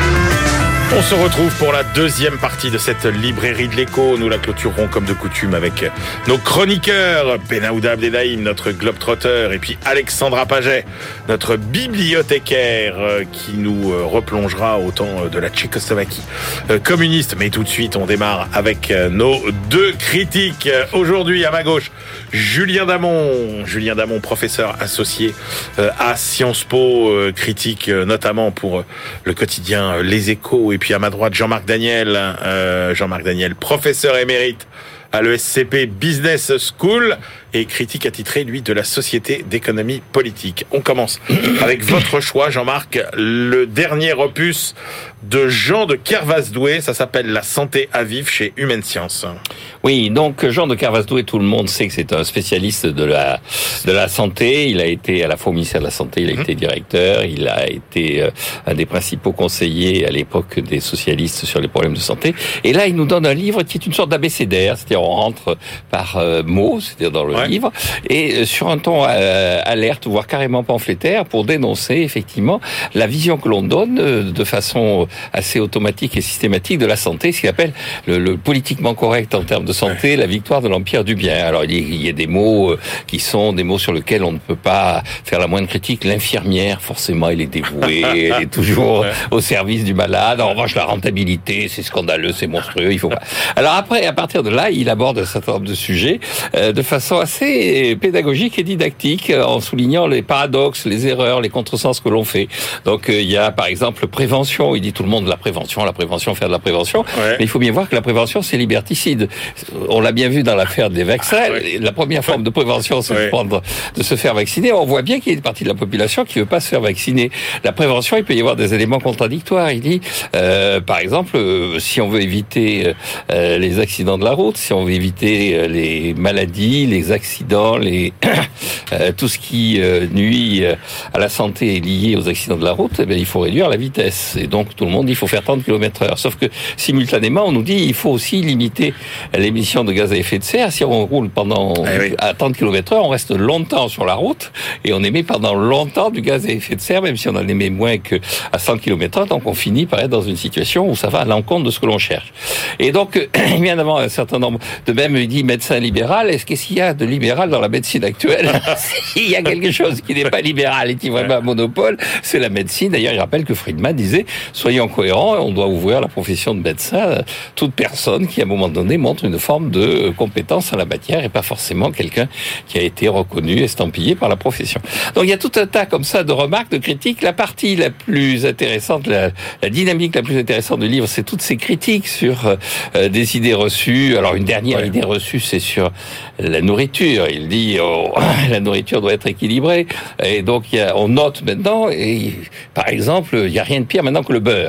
On se retrouve pour la deuxième partie de cette librairie de l'écho. Nous la clôturerons comme de coutume avec nos chroniqueurs, Benaouda Abdelhaim, notre globetrotter, et puis Alexandra Paget, notre bibliothécaire, qui nous replongera au temps de la Tchécoslovaquie communiste. Mais tout de suite, on démarre avec nos deux critiques. Aujourd'hui, à ma gauche, Julien Damon. Julien Damon, professeur associé à Sciences Po, critique notamment pour le quotidien Les Échos. Et puis à ma droite, Jean-Marc Daniel, euh, Jean-Marc Daniel, professeur émérite à l'E S C P Business School et critique attitré, lui, de la Société d'économie politique. On commence avec votre choix, Jean-Marc, le dernier opus de Jean de Kervasdoué, ça s'appelle La santé à vivre chez Humaine Science. Oui, donc Jean de Kervasdoué, tout le monde sait que c'est un spécialiste de la de la santé. Il a été à la fois au ministère de la Santé, il a mmh. été directeur, il a été euh, un des principaux conseillers à l'époque des socialistes sur les problèmes de santé. Et là, il nous donne un livre qui est une sorte d'abécédaire, c'est-à-dire on rentre par euh, mots, c'est-à-dire dans le ouais. livre, et sur un ton euh, alerte, voire carrément pamphlétaire, pour dénoncer effectivement la vision que l'on donne euh, de façon assez automatique et systématique de la santé, ce qu'il appelle le, le politiquement correct en termes de santé, ouais. la victoire de l'empire du bien. Alors il y a des mots qui sont des mots sur lesquels on ne peut pas faire la moindre critique. L'infirmière, forcément, elle est dévouée, elle est toujours ouais. au service du malade. En revanche, la rentabilité, c'est scandaleux, c'est monstrueux, il faut pas. Alors après, à partir de là, il aborde un certain nombre de sujets euh, de façon assez pédagogique et didactique, en soulignant les paradoxes, les erreurs, les contresens que l'on fait. Donc euh, il y a par exemple prévention. Il dit tout le monde la prévention, la prévention, faire de la prévention. Ouais. Mais il faut bien voir que la prévention, c'est liberticide. On l'a bien vu dans l'affaire des vaccins. Ah, ouais. La première forme de prévention, c'est ouais. de prendre, de se faire vacciner. On voit bien qu'il y a une partie de la population qui veut pas se faire vacciner. La prévention, il peut y avoir des éléments contradictoires. Il dit, euh, par exemple, euh, si on veut éviter euh, les accidents de la route, si on veut éviter euh, les maladies, les accidents, les euh, tout ce qui euh, nuit euh, à la santé lié aux accidents de la route, eh bien, il faut réduire la vitesse. Et donc tout le monde dit il faut faire trente kilomètres heure. Sauf que simultanément, on nous dit il faut aussi limiter l'émission de gaz à effet de serre. Si on roule pendant eh oui. à trente kilomètres heure, on reste longtemps sur la route et on émet pendant longtemps du gaz à effet de serre, même si on en émet moins que à cent kilomètres heure. Donc on finit par être dans une situation où ça va à l'encontre de ce que l'on cherche. Et donc il vient d'avoir un certain nombre de même il dit médecin libéral. Est-ce qu'est-ce qu'il y a de libéral dans la médecine actuelle? Il y a quelque chose qui n'est pas libéral et qui est vraiment un monopole, c'est la médecine. D'ailleurs, il rappelle que Friedman disait soyons cohérents, on doit ouvrir la profession de médecin à toute personne qui, à un moment donné, montre une forme de compétence en la matière et pas forcément quelqu'un qui a été reconnu, estampillé par la profession. Donc, il y a tout un tas comme ça de remarques, de critiques. La partie la plus intéressante, la, la dynamique la plus intéressante du livre, c'est toutes ces critiques sur euh, des idées reçues. Alors, une dernière ouais. idée reçue, c'est sur la nourriture. Il dit oh, la nourriture doit être équilibrée. Et donc, il y a, on note maintenant, et par exemple, il n'y a rien de pire maintenant que le beurre.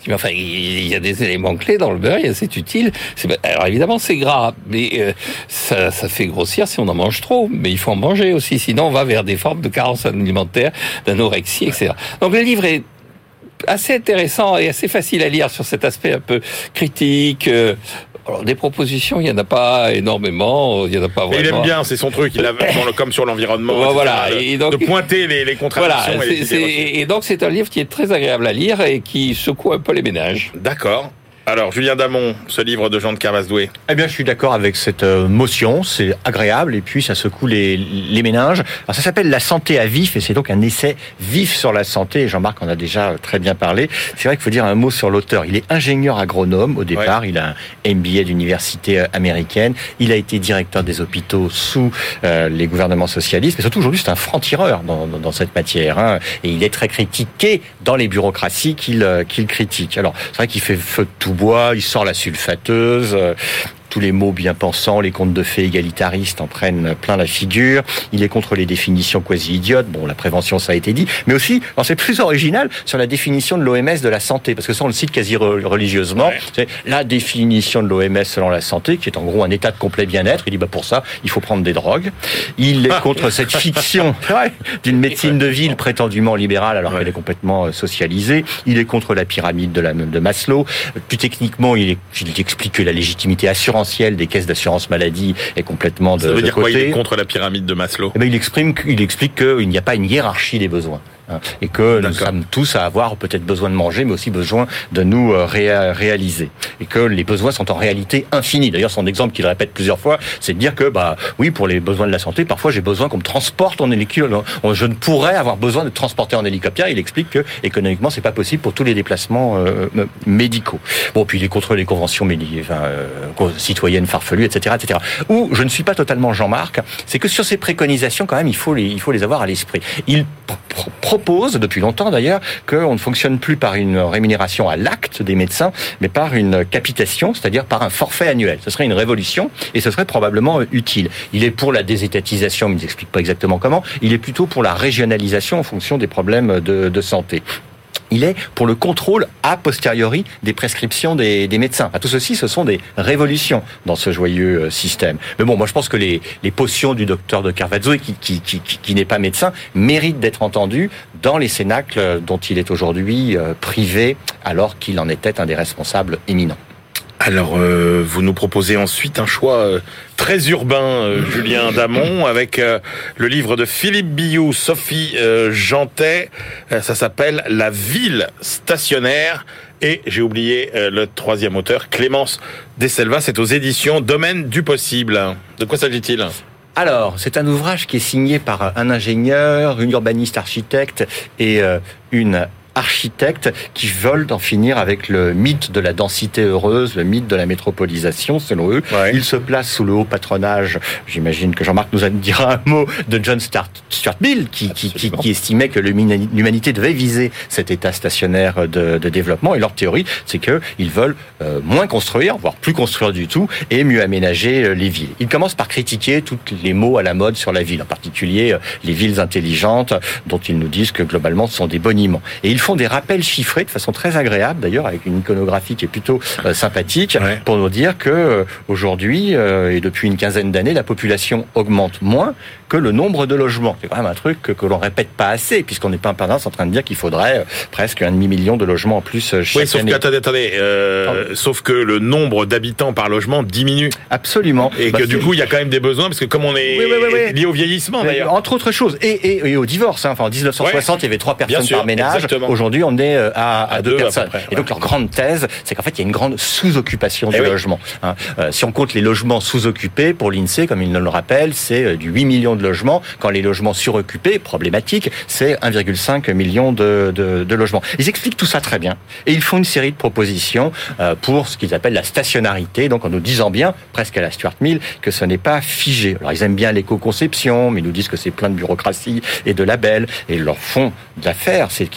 Mais enfin, il y a des éléments clés dans le beurre, c'est utile. C'est, alors évidemment, c'est gras, mais euh, ça, ça fait grossir si on en mange trop. Mais il faut en manger aussi, sinon on va vers des formes de carence alimentaire, d'anorexie, et cetera. Donc le livre est assez intéressant et assez facile à lire sur cet aspect un peu critique. Euh, Alors, des propositions, il n'y en a pas énormément, il n'y en a pas vraiment. Et il aime bien, c'est son truc, il a comme sur l'environnement, voilà, et cetera, et donc, de pointer les, les contradictions. Voilà, et, les c'est, c'est, et donc c'est un livre qui est très agréable à lire et qui secoue un peu les ménages. D'accord. Alors, Julien Damon, ce livre de Jean de Kervasdoué. Eh bien, je suis d'accord avec cette motion. C'est agréable et puis ça secoue les, les méninges. Alors, ça s'appelle La santé à vif et c'est donc un essai vif sur la santé. Jean-Marc en a déjà très bien parlé. C'est vrai qu'il faut dire un mot sur l'auteur. Il est ingénieur agronome au départ. Ouais. Il a un M B A d'université américaine. Il a été directeur des hôpitaux sous euh, les gouvernements socialistes. Mais surtout, aujourd'hui, c'est un franc-tireur dans, dans, dans cette matière. Hein. Et il est très critiqué dans les bureaucraties qu'il, euh, qu'il critique. Alors, c'est vrai qu'il fait feu de tout bois, il sort la sulfateuse, euh, tous les mots bien pensants, les contes de fées égalitaristes en prennent plein la figure. Il est contre les définitions quasi-idiotes. Bon, la prévention, ça a été dit. Mais aussi, alors c'est plus original, sur la définition de l'O M S de la santé. Parce que ça, on le cite quasi religieusement. Ouais. C'est la définition de l'O M S selon la santé, qui est en gros un état de complet bien-être. Il dit, bah, pour ça, il faut prendre des drogues. Il est contre cette fiction ouais, d'une médecine de ville prétendument libérale, alors ouais. qu'elle est complètement socialisée. Il est contre la pyramide de, la, de Maslow. Plus techniquement, il, est, il explique que la légitimité assurance des caisses d'assurance maladie est complètement de, ça veut de dire côté. Quoi, il est contre la pyramide de Maslow? Eh bien, il exprime, il explique qu'il n'y a pas une hiérarchie des besoins. Et que D'accord. nous sommes tous à avoir peut-être besoin de manger, mais aussi besoin de nous ré- réaliser. Et que les besoins sont en réalité infinis. D'ailleurs, son exemple qu'il répète plusieurs fois, c'est de dire que, bah, oui, pour les besoins de la santé, parfois j'ai besoin qu'on me transporte en hélicoptère. Je ne pourrais avoir besoin de transporter en hélicoptère. Il explique que, économiquement, c'est pas possible pour tous les déplacements euh, médicaux. Bon, puis il est contre les conventions médi- enfin, euh, citoyennes farfelues, et cetera, et cetera. Où je ne suis pas totalement Jean-Marc, c'est que sur ces préconisations, quand même, il faut les, il faut les avoir à l'esprit. Il pr- propose, depuis longtemps d'ailleurs, qu'on ne fonctionne plus par une rémunération à l'acte des médecins, mais par une capitation, c'est-à-dire par un forfait annuel. Ce serait une révolution et ce serait probablement utile. Il est pour la désétatisation, mais il n'explique pas exactement comment. Il est plutôt pour la régionalisation en fonction des problèmes de, de santé. Il est pour le contrôle a posteriori des prescriptions des, des médecins. Enfin, tout ceci, ce sont des révolutions dans ce joyeux système. Mais bon, moi je pense que les, les potions du docteur de Kervasdoué, qui, qui, qui, qui, qui n'est pas médecin, méritent d'être entendues dans les cénacles dont il est aujourd'hui euh, privé, alors qu'il en était un des responsables éminents. Alors, euh, vous nous proposez ensuite un choix euh, très urbain, euh, Julien Damon, avec euh, le livre de Philippe Billou, Sophie euh, Jantet. Euh, ça s'appelle La ville stationnaire. Et j'ai oublié euh, le troisième auteur, Clémence Desselva. C'est aux éditions Domaine du possible. De quoi s'agit-il ? Alors, c'est un ouvrage qui est signé par un ingénieur, une urbaniste architecte et euh, une architectes qui veulent en finir avec le mythe de la densité heureuse, le mythe de la métropolisation, selon eux. Ouais. Ils se placent sous le haut patronage, j'imagine que Jean-Marc nous dira un mot, de John Stuart Mill, qui, qui, qui, qui estimait que l'humanité devait viser cet état stationnaire de, de développement. Et leur théorie, c'est qu'ils veulent euh, moins construire, voire plus construire du tout, et mieux aménager euh, les villes. Ils commencent par critiquer tous les mots à la mode sur la ville, en particulier euh, les villes intelligentes, dont ils nous disent que globalement ce sont des boniments. Et ils font des rappels chiffrés de façon très agréable, d'ailleurs, avec une iconographie qui est plutôt euh, sympathique, ouais. pour nous dire que euh, aujourd'hui euh, et depuis une quinzaine d'années, la population augmente moins que le nombre de logements. C'est quand même un truc que, que l'on répète pas assez, puisqu'on n'est pas en permanence en train de dire qu'il faudrait euh, presque un demi-million de logements en plus euh, chaque oui, sauf année. Que, attendez, attendez, euh, oh. sauf que le nombre d'habitants par logement diminue. Absolument. Et bah, que c'est... du coup, il y a quand même des besoins, parce que comme on est oui, oui, oui, oui. lié au vieillissement, mais, d'ailleurs. Entre autres choses, et, et, et au divorce. Hein. Enfin, en dix-neuf cent soixante, ouais. il y avait trois personnes sûr, par ménage. Exactement. Aujourd'hui, on est à, à, à deux, deux personnes. Près, et donc, ouais. leur grande thèse, c'est qu'en fait, il y a une grande sous-occupation du oui. logement. Hein. Euh, si on compte les logements sous-occupés, pour l'INSEE, comme il nous le rappelle, c'est du huit millions de logements. Quand les logements suroccupés, problématiques, c'est un virgule cinq million de, de, de logements. Ils expliquent tout ça très bien. Et ils font une série de propositions euh, pour ce qu'ils appellent la stationnarité, donc en nous disant bien, presque à la Stuart Mill, que ce n'est pas figé. Alors, ils aiment bien l'éco-conception, mais ils nous disent que c'est plein de bureaucratie et de labels. Et leur fond d'affaires, c'est qu'ils sont pour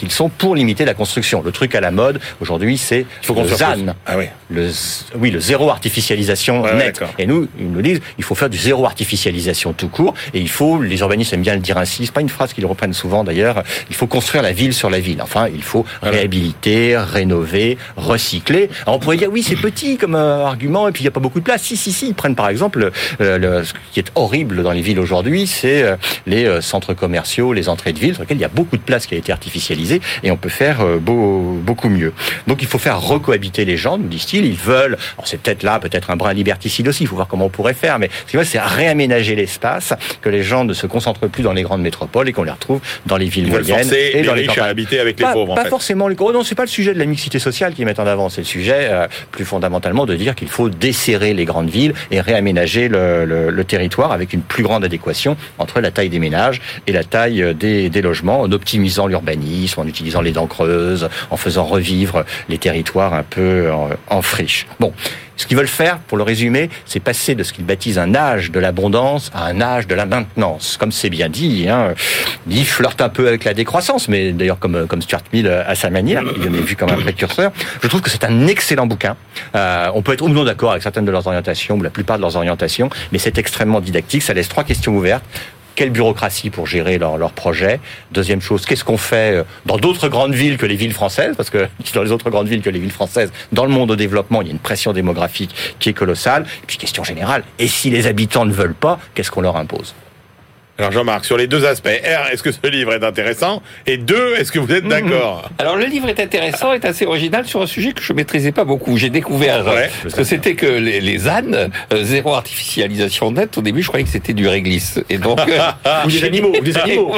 pour limiter la construction. Le truc à la mode aujourd'hui, c'est il faut le Z A N. Ah oui. Le, oui, le zéro artificialisation ouais, net. Ouais, et nous, ils nous disent, il faut faire du zéro artificialisation tout court. Et il faut, les urbanistes aiment bien le dire ainsi, c'est pas une phrase qu'ils reprennent souvent d'ailleurs, il faut construire la ville sur la ville. Enfin, il faut voilà. réhabiliter, rénover, recycler. Alors on pourrait dire, oui, c'est petit comme euh, argument, et puis il n'y a pas beaucoup de place. Si, si, si, ils prennent par exemple, euh, le, ce qui est horrible dans les villes aujourd'hui, c'est euh, les euh, centres commerciaux, les entrées de ville, sur lesquels il y a beaucoup de place qui a été artificialisée, et on peut faire euh, beau, beaucoup mieux. Donc il faut faire recohabiter les gens, nous disent-ils, ils veulent, alors c'est peut-être là, peut-être un brin liberticide aussi, il faut voir comment on pourrait faire, mais ce qui va, c'est réaménager l'espace, que les gens ne se concentrent plus dans les grandes métropoles et qu'on les retrouve dans les villes ils moyennes forcer et les dans les riches campagnes. À habiter avec les pas, pauvres. Pas en fait. forcément les gros. Non, c'est pas le sujet de la mixité sociale qui met en avant, c'est le sujet euh, plus fondamentalement de dire qu'il faut desserrer les grandes villes et réaménager le, le, le territoire avec une plus grande adéquation entre la taille des ménages et la taille des, des logements, en optimisant l'urbanisme, en utilisant les dents creuses, en faisant revivre les territoires un peu en, en friche. Bon. Ce qu'ils veulent faire, pour le résumer, c'est passer de ce qu'ils baptisent un âge de l'abondance à un âge de la maintenance. Comme c'est bien dit, hein, ils flirtent un peu avec la décroissance, mais d'ailleurs comme, comme Stuart Mill à sa manière, il en est vu comme un précurseur. Je trouve que c'est un excellent bouquin. Euh, on peut être ou non d'accord avec certaines de leurs orientations, ou la plupart de leurs orientations, mais c'est extrêmement didactique. Ça laisse trois questions ouvertes. Quelle bureaucratie pour gérer leur, leur projet? Deuxième chose, qu'est-ce qu'on fait dans d'autres grandes villes que les villes françaises? Parce que dans les autres grandes villes que les villes françaises, dans le monde au développement, il y a une pression démographique qui est colossale. Et puis question générale, et si les habitants ne veulent pas, qu'est-ce qu'on leur impose? Alors Jean-Marc, sur les deux aspects, un, est-ce que ce livre est intéressant? Et deux, est-ce que vous êtes d'accord? Alors le livre est intéressant, est assez original sur un sujet que je maîtrisais pas beaucoup. J'ai découvert ouais, ce que c'était que les, les Z A N, euh, zéro artificialisation nette. Au début, je croyais que c'était du réglisse. Et donc euh, ou des animaux, ou des animaux.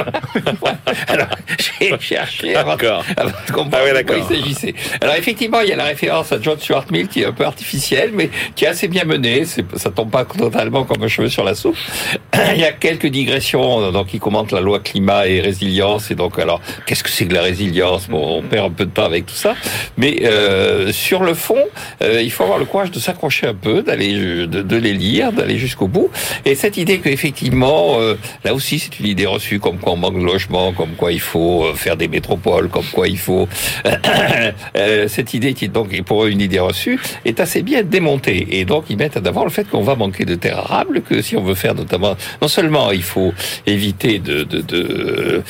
Alors j'ai cherché avant, avant de comprendre ah ouais, de quoi il s'agissait. Alors effectivement, il y a la référence à John Stuart Mill qui est un peu artificielle, mais qui est assez bien menée. C'est, ça tombe pas totalement comme un cheveu sur la soupe. Il y a quelques digressions. Donc, il commente la loi climat et résilience. Et donc, alors, qu'est-ce que c'est que la résilience? Bon, on perd un peu de temps avec tout ça. Mais euh, sur le fond, euh, il faut avoir le courage de s'accrocher un peu, d'aller, de, de les lire, d'aller jusqu'au bout. Et cette idée qu'effectivement, euh, là aussi, c'est une idée reçue, comme quoi on manque de logement, comme quoi il faut faire des métropoles, comme quoi il faut... euh, cette idée qui est donc pour eux une idée reçue est assez bien démontée. Et donc, ils mettent en avant le fait qu'on va manquer de terres arables, que si on veut faire notamment... Non seulement il faut éviter de, de, de,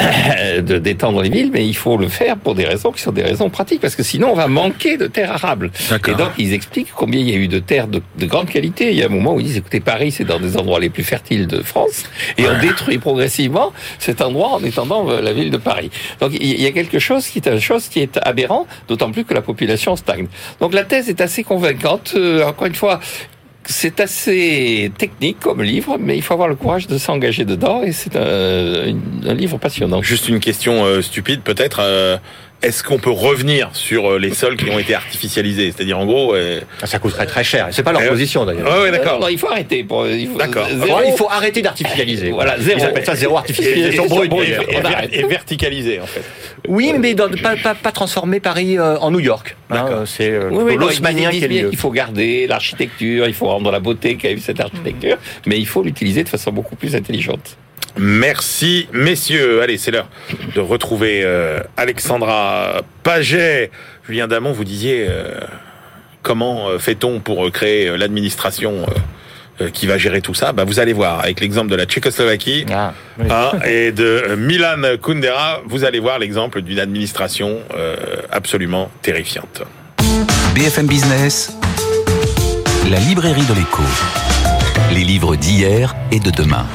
de d'étendre les villes, mais il faut le faire pour des raisons qui sont des raisons pratiques, parce que sinon on va manquer de terres arables. D'accord. Et donc ils expliquent combien il y a eu de terres de, de grande qualité. Il y a un moment où ils disent, écoutez, Paris c'est dans des endroits les plus fertiles de France, et ouais. on détruit progressivement cet endroit en étendant la ville de Paris. Donc il y a quelque chose qui est une chose qui est aberrant, d'autant plus que la population stagne. Donc la thèse est assez convaincante. Euh, encore une fois, c'est assez technique comme livre, mais il faut avoir le courage de s'engager dedans, et c'est un, un livre passionnant. Juste une question euh, stupide peut-être. Euh, est-ce qu'on peut revenir sur les sols qui ont été artificialisés? C'est-à-dire en gros... Euh... Ça coûterait très cher. C'est pas leur euh... position d'ailleurs. Ah oui, d'accord. Non, non, il faut arrêter. Pour, il faut, d'accord. Zéro... Il faut arrêter d'artificialiser. Voilà, zéro. Ils appellent ça zéro artificialisation brute. Et, et, et, et verticaliser en fait. Oui, mais dans, pas, pas, pas transformer Paris euh, en New York. Hein, c'est euh, oui, oui, l'haussmannien qui est lieu. Il faut garder l'architecture, il faut rendre la beauté qu'a eu cette architecture, mais il faut l'utiliser de façon beaucoup plus intelligente. Merci, messieurs. Allez, c'est l'heure de retrouver euh, Alexandra Paget. Julien Damon, vous disiez euh, comment euh, fait-on pour créer euh, l'administration euh, euh, qui va gérer tout ça? Bah, vous allez voir, avec l'exemple de la Tchécoslovaquie ah, oui. hein, et de euh, Milan Kundera, vous allez voir l'exemple d'une administration euh, absolument terrifiante. B F M Business, la librairie de l'écho. Les livres d'hier et de demain.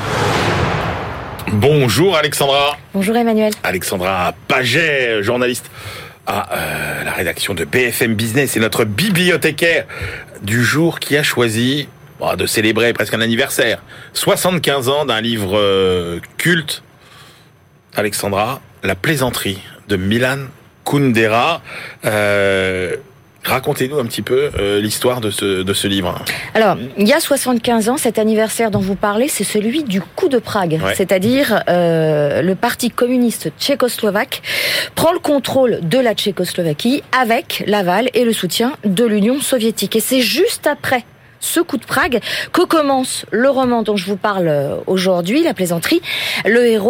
Bonjour Alexandra. Bonjour Emmanuel. Alexandra Paget, journaliste à euh, la rédaction de B F M Business, et notre bibliothécaire du jour qui a choisi bon, de célébrer presque un anniversaire. soixante-quinze ans d'un livre euh, culte. Alexandra, La plaisanterie de Milan Kundera. Euh, Racontez-nous un petit peu euh, l'histoire de ce, de ce livre. Alors, il y a soixante-quinze ans, cet anniversaire dont vous parlez, c'est celui du coup de Prague. Ouais. C'est-à-dire, euh, le parti communiste tchécoslovaque prend le contrôle de la Tchécoslovaquie avec l'aval et le soutien de l'Union soviétique. Et c'est juste après ce coup de Prague que commence le roman dont je vous parle aujourd'hui, La plaisanterie. Le héros,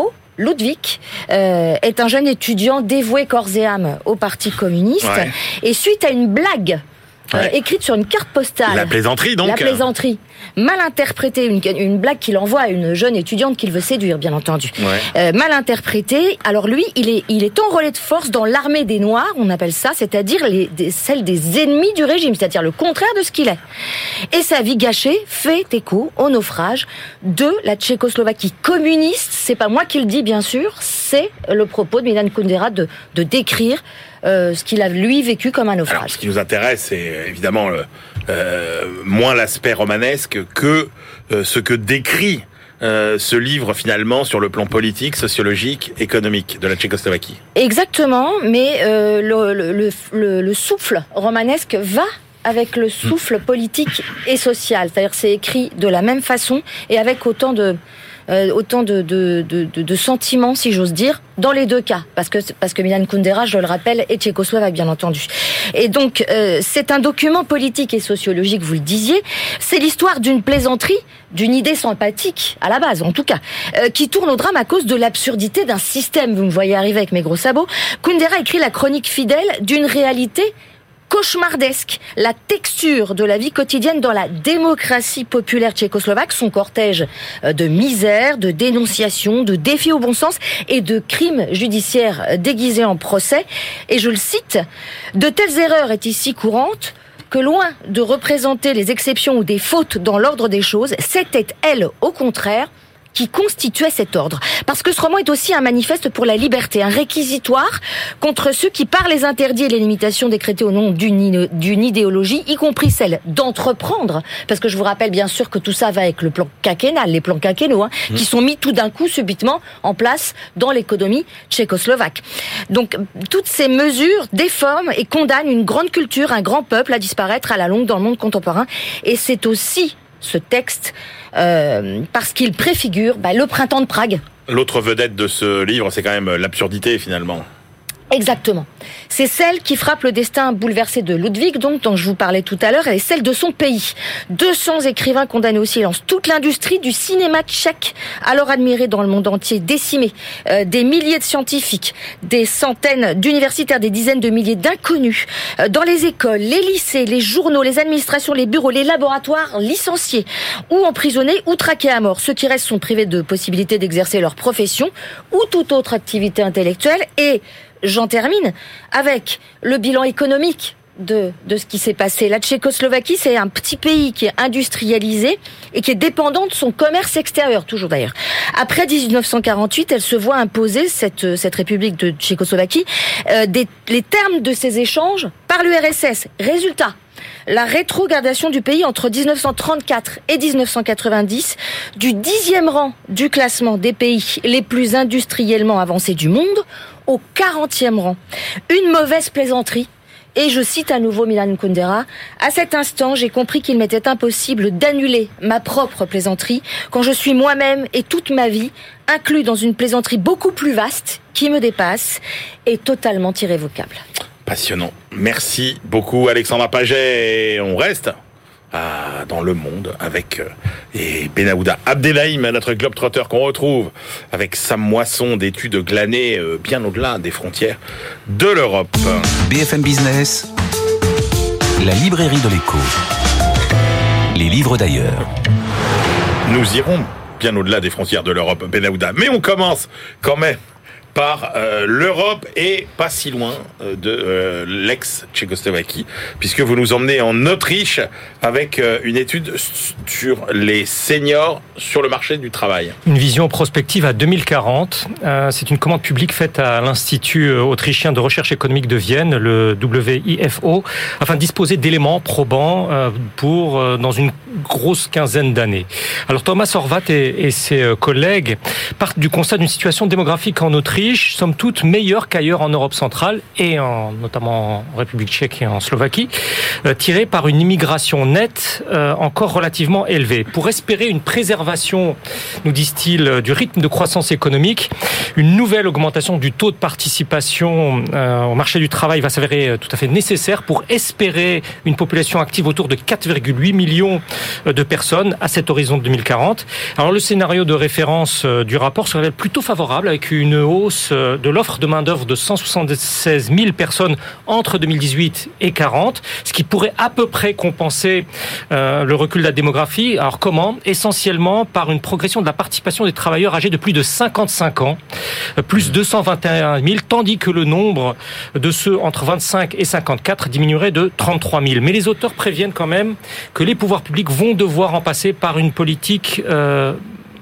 Ludwig euh, est un jeune étudiant dévoué corps et âme au Parti communiste. Ouais. Et suite à une blague ouais. euh, écrite sur une carte postale... La plaisanterie, donc. La plaisanterie. Mal interprétée, une, une blague qu'il envoie à une jeune étudiante qu'il veut séduire, bien entendu. Ouais. Euh, mal interprétée. Alors lui, il est, il est enrôlé de force dans l'armée des Noirs, on appelle ça, c'est-à-dire les, des, celle des ennemis du régime, c'est-à-dire le contraire de ce qu'il est. Et sa vie gâchée fait écho au naufrage de la Tchécoslovaquie communiste. C'est pas moi qui le dis, bien sûr, c'est le propos de Milan Kundera de, de décrire euh, ce qu'il a lui vécu comme un naufrage. Alors, ce qui nous intéresse, c'est évidemment le, euh, moins l'aspect romanesque que euh, ce que décrit euh, ce livre finalement sur le plan politique, sociologique, économique de la Tchécoslovaquie. Exactement, mais euh, le, le, le, le souffle romanesque va avec le souffle politique et social. C'est-à-dire c'est écrit de la même façon et avec autant de euh, autant de, de, de, de sentiments, si j'ose dire, dans les deux cas. Parce que, parce que Milan Kundera, je le rappelle, est tchécoslovaque, bien entendu. Et donc, euh, c'est un document politique et sociologique, vous le disiez. C'est l'histoire d'une plaisanterie, d'une idée sympathique, à la base, en tout cas, euh, qui tourne au drame à cause de l'absurdité d'un système. Vous me voyez arriver avec mes gros sabots. Kundera écrit la chronique fidèle d'une réalité cauchemardesque, la texture de la vie quotidienne dans la démocratie populaire tchécoslovaque, son cortège de misère, de dénonciation, de défis au bon sens et de crimes judiciaires déguisés en procès. Et je le cite, « De telles erreurs est ici courantes que loin de représenter les exceptions ou des fautes dans l'ordre des choses, c'était elle, au contraire, qui constituait cet ordre. Parce que ce roman est aussi un manifeste pour la liberté, un réquisitoire contre ceux qui, par les interdits et les limitations décrétées au nom d'une, d'une idéologie, y compris celle d'entreprendre, parce que je vous rappelle bien sûr que tout ça va avec le plan quinquennal, les plans quinquennaux, hein, mmh. qui sont mis tout d'un coup, subitement, en place dans l'économie tchécoslovaque. Donc, toutes ces mesures déforment et condamnent une grande culture, un grand peuple à disparaître à la longue dans le monde contemporain. Et c'est aussi ce texte euh, parce qu'il préfigure bah, le printemps de Prague. L'autre vedette de ce livre, c'est quand même l'absurdité finalement. Exactement. C'est celle qui frappe le destin bouleversé de Ludwig, donc, dont je vous parlais tout à l'heure, et celle de son pays. deux cents écrivains condamnés au silence. Toute l'industrie du cinéma tchèque, alors admirée dans le monde entier, décimée. Euh, des milliers de scientifiques, des centaines d'universitaires, des dizaines de milliers d'inconnus. Euh, dans les écoles, les lycées, les journaux, les administrations, les bureaux, les laboratoires, licenciés, ou emprisonnés, ou traqués à mort. Ceux qui restent sont privés de possibilité d'exercer leur profession, ou toute autre activité intellectuelle, et j'en termine avec le bilan économique de, de ce qui s'est passé. La Tchécoslovaquie, c'est un petit pays qui est industrialisé et qui est dépendant de son commerce extérieur, toujours d'ailleurs. Après dix-neuf cent quarante-huit, elle se voit imposer, cette, cette République de Tchécoslovaquie, euh, des, les termes de ces échanges par l'U R S S. Résultat, la rétrogradation du pays entre dix-neuf cent trente-quatre et dix-neuf cent quatre-vingt-dix, du dixième rang du classement des pays les plus industriellement avancés du monde au quarantième rang. Une mauvaise plaisanterie. Et je cite à nouveau Milan Kundera, « À cet instant, j'ai compris qu'il m'était impossible d'annuler ma propre plaisanterie quand je suis moi-même et toute ma vie inclus dans une plaisanterie beaucoup plus vaste qui me dépasse et totalement irrévocable. » Passionnant. Merci beaucoup Alexandra Paget. On reste à, dans le monde avec euh, et Benaouda Abdelhaim, notre globetrotter qu'on retrouve avec sa moisson d'études glanées euh, bien au-delà des frontières de l'Europe. B F M Business, la librairie de l'écho. Les livres d'ailleurs. Nous irons bien au-delà des frontières de l'Europe, Benaouda. Mais on commence quand même par euh, l'Europe et pas si loin euh, de euh, l'ex-Tchécoslovaquie, puisque vous nous emmenez en Autriche avec euh, une étude sur les seniors sur le marché du travail. Une vision prospective à deux mille quarante. Euh, c'est une commande publique faite à l'Institut autrichien de recherche économique de Vienne, le W I F O, afin de disposer d'éléments probants euh, pour euh, dans une grosse quinzaine d'années. Alors Thomas Horvath et, et ses collègues partent du constat d'une situation démographique en Autriche somme toute meilleure qu'ailleurs en Europe centrale et en, notamment en République tchèque et en Slovaquie, euh, tirée par une immigration nette euh, encore relativement élevée. Pour espérer une préservation, nous disent-ils, du rythme de croissance économique, Une nouvelle augmentation du taux de participation euh, au marché du travail va s'avérer tout à fait nécessaire pour espérer une population active autour de quatre virgule huit millions de personnes à cet horizon de deux mille quarante. Alors le scénario de référence du rapport se révèle plutôt favorable avec une hausse de l'offre de main-d'œuvre de cent soixante-seize mille personnes entre deux mille dix-huit et quarante, ce qui pourrait à peu près compenser euh, le recul de la démographie. Alors comment ? Essentiellement par une progression de la participation des travailleurs âgés de plus de cinquante-cinq ans, plus deux cent vingt et un mille, tandis que le nombre de ceux entre vingt-cinq et cinquante-quatre diminuerait de trente-trois mille. Mais les auteurs préviennent quand même que les pouvoirs publics vont devoir en passer par une politique euh,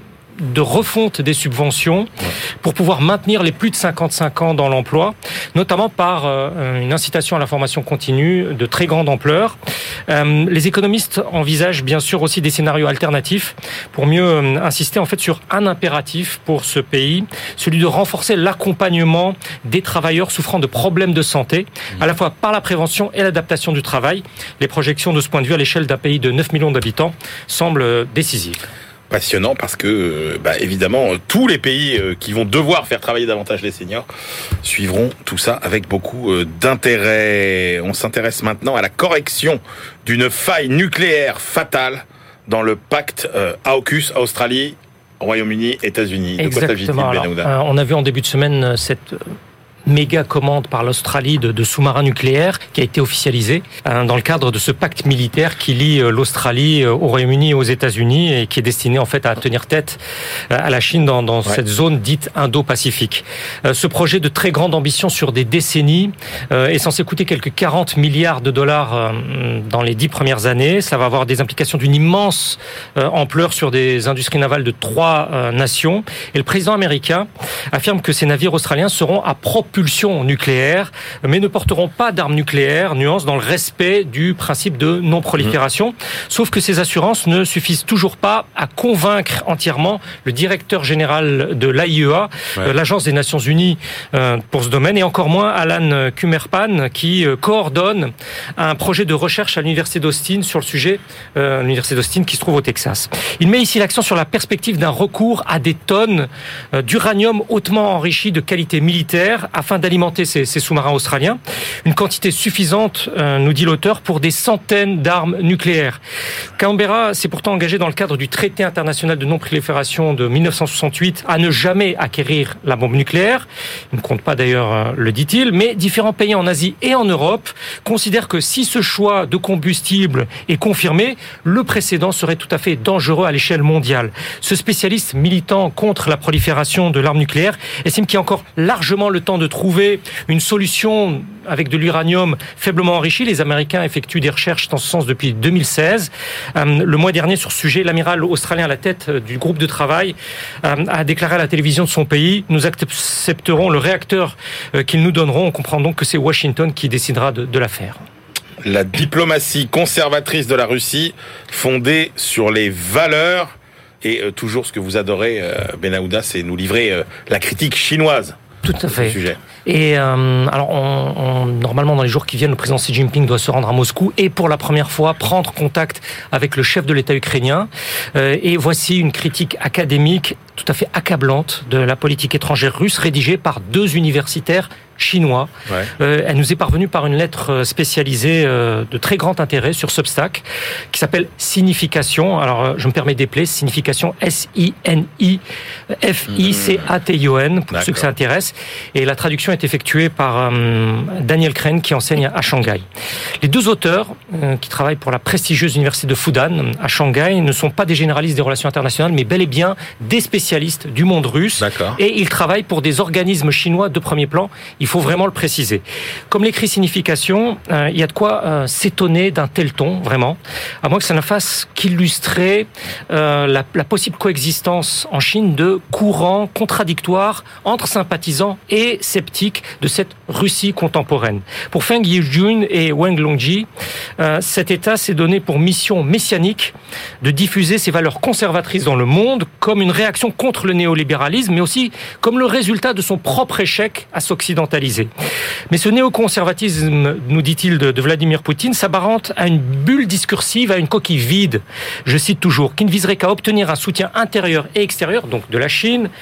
de refonte des subventions pour pouvoir maintenir les plus de cinquante-cinq ans dans l'emploi, notamment par euh, une incitation à la formation continue de très grande ampleur. Euh, les économistes envisagent bien sûr aussi des scénarios alternatifs pour mieux euh, insister en fait sur un impératif pour ce pays, celui de renforcer l'accompagnement des travailleurs souffrant de problèmes de santé, à la fois par la prévention et l'adaptation du travail. Les projections de ce point de vue à l'échelle d'un pays de neuf millions d'habitants semblent décisives. Passionnant parce que, bah, évidemment, tous les pays qui vont devoir faire travailler davantage les seniors suivront tout ça avec beaucoup d'intérêt. On s'intéresse maintenant à la correction d'une faille nucléaire fatale dans le pacte AUKUS, Australie, Royaume-Uni, États-Unis. De quoi s'agit-il, Benahouda ? On a vu en début de semaine cette méga commande par l'Australie de, de sous-marins nucléaires qui a été officialisée hein, dans le cadre de ce pacte militaire qui lie l'Australie au Royaume-Uni et aux États-Unis et qui est destiné en fait à tenir tête à la Chine dans, dans ouais. cette zone dite Indo-Pacifique. Euh, ce projet de très grande ambition sur des décennies euh, est censé coûter quelques quarante milliards de dollars euh, dans les dix premières années. Ça va avoir des implications d'une immense euh, ampleur sur des industries navales de trois euh, nations. Et le président américain affirme que ces navires australiens seront à propulsion nucléaire, mais ne porteront pas d'armes nucléaires, nuance dans le respect du principe de non-prolifération. Mmh. Sauf que ces assurances ne suffisent toujours pas à convaincre entièrement le directeur général de l'A I E A, ouais. l'Agence des Nations Unies euh, pour ce domaine, et encore moins Alan Kumerpan, qui euh, coordonne un projet de recherche à l'Université d'Austin sur le sujet, euh, l'Université d'Austin qui se trouve au Texas. Il met ici l'accent sur la perspective d'un recours à des tonnes euh, d'uranium hautement enrichi de qualité militaire afin d'alimenter ces, ces sous-marins australiens. Une quantité suffisante, euh, nous dit l'auteur, pour des centaines d'armes nucléaires. Canberra s'est pourtant engagé dans le cadre du traité international de non-prolifération de mille neuf cent soixante-huit à ne jamais acquérir la bombe nucléaire. Il ne compte pas d'ailleurs, euh, le dit-il, mais différents pays en Asie et en Europe considèrent que si ce choix de combustible est confirmé, le précédent serait tout à fait dangereux à l'échelle mondiale. Ce spécialiste militant contre la prolifération de l'arme nucléaire estime qu'il y a encore largement le temps de trouver une solution avec de l'uranium faiblement enrichi. Les Américains effectuent des recherches dans ce sens depuis deux mille seize. Euh, le mois dernier, sur ce sujet, l'amiral australien à la tête du groupe de travail euh, a déclaré à la télévision de son pays: nous accepterons le réacteur euh, qu'ils nous donneront. On comprend donc que c'est Washington qui décidera de, de l'affaire. La diplomatie conservatrice de la Russie, fondée sur les valeurs, et euh, toujours ce que vous adorez, euh, Benahouda, c'est nous livrer euh, la critique chinoise. Tout à fait. Sujet. Et euh, alors, on, on, normalement, dans les jours qui viennent, le président Xi Jinping doit se rendre à Moscou et pour la première fois prendre contact avec le chef de l'État ukrainien. Euh, et voici une critique académique tout à fait accablante de la politique étrangère russe, rédigée par deux universitaires chinois. Ouais. Euh, elle nous est parvenue par une lettre spécialisée euh, de très grand intérêt sur Substack, qui s'appelle Signification. Alors, euh, je me permets d'épeler Signification, S I N I F I C A T I O N, pour D'accord. ceux que ça intéresse. Et la traduction est effectuée par euh, Daniel Crane, qui enseigne à Shanghai. Les deux auteurs, euh, qui travaillent pour la prestigieuse université de Fudan, à Shanghai, ne sont pas des généralistes des relations internationales, mais bel et bien des spécialistes du monde russe. D'accord. Et ils travaillent pour des organismes chinois de premier plan. Il faut vraiment le préciser. Comme l'écrit Signification, euh, il y a de quoi euh, s'étonner d'un tel ton, vraiment, à moins que ça ne fasse qu'illustrer euh, la, la possible coexistence en Chine de courants contradictoires entre sympathisants et sceptiques de cette Russie contemporaine. Pour Feng Yijun et Wang Longji, euh, cet État s'est donné pour mission messianique de diffuser ses valeurs conservatrices dans le monde comme une réaction contre le néolibéralisme, mais aussi comme le résultat de son propre échec à s'occidentaliser. Mais ce néoconservatisme, nous dit-il, de, de Vladimir Poutine, s'apparente à une bulle discursive, à une coquille vide, je cite toujours, qui ne viserait qu'à obtenir un soutien intérieur et extérieur, donc de la Chine,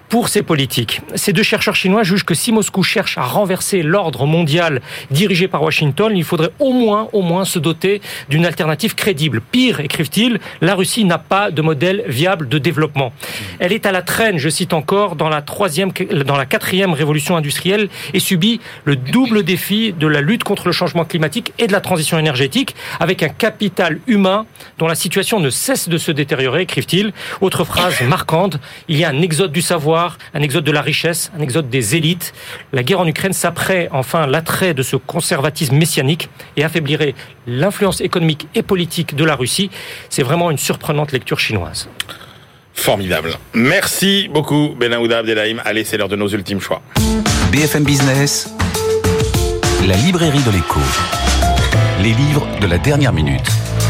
pour ses politiques. Ces deux chercheurs chinois jugent que si Moscou cherche à renverser l'ordre mondial dirigé par Washington, il faudrait au moins, au moins se doter d'une alternative crédible. Pire, écrivent-ils, la Russie n'a pas de modèle viable de développement. Elle est à la traîne, je cite encore, dans la troisième, dans la quatrième révolution industrielle et subit le double défi de la lutte contre le changement climatique et de la transition énergétique, avec un capital humain dont la situation ne cesse de se détériorer, écrivent-ils. Autre phrase marquante, il y a un exode du savoir, un exode de la richesse, un exode des élites. La guerre en Ukraine s'apprête enfin l'attrait de ce conservatisme messianique et affaiblirait l'influence économique et politique de la Russie. C'est vraiment une surprenante lecture chinoise. Formidable. Merci beaucoup, Benahouda Abdelhaim. Allez, c'est l'heure de nos ultimes choix. B F M Business, la librairie de l'écho. Les livres de la dernière minute.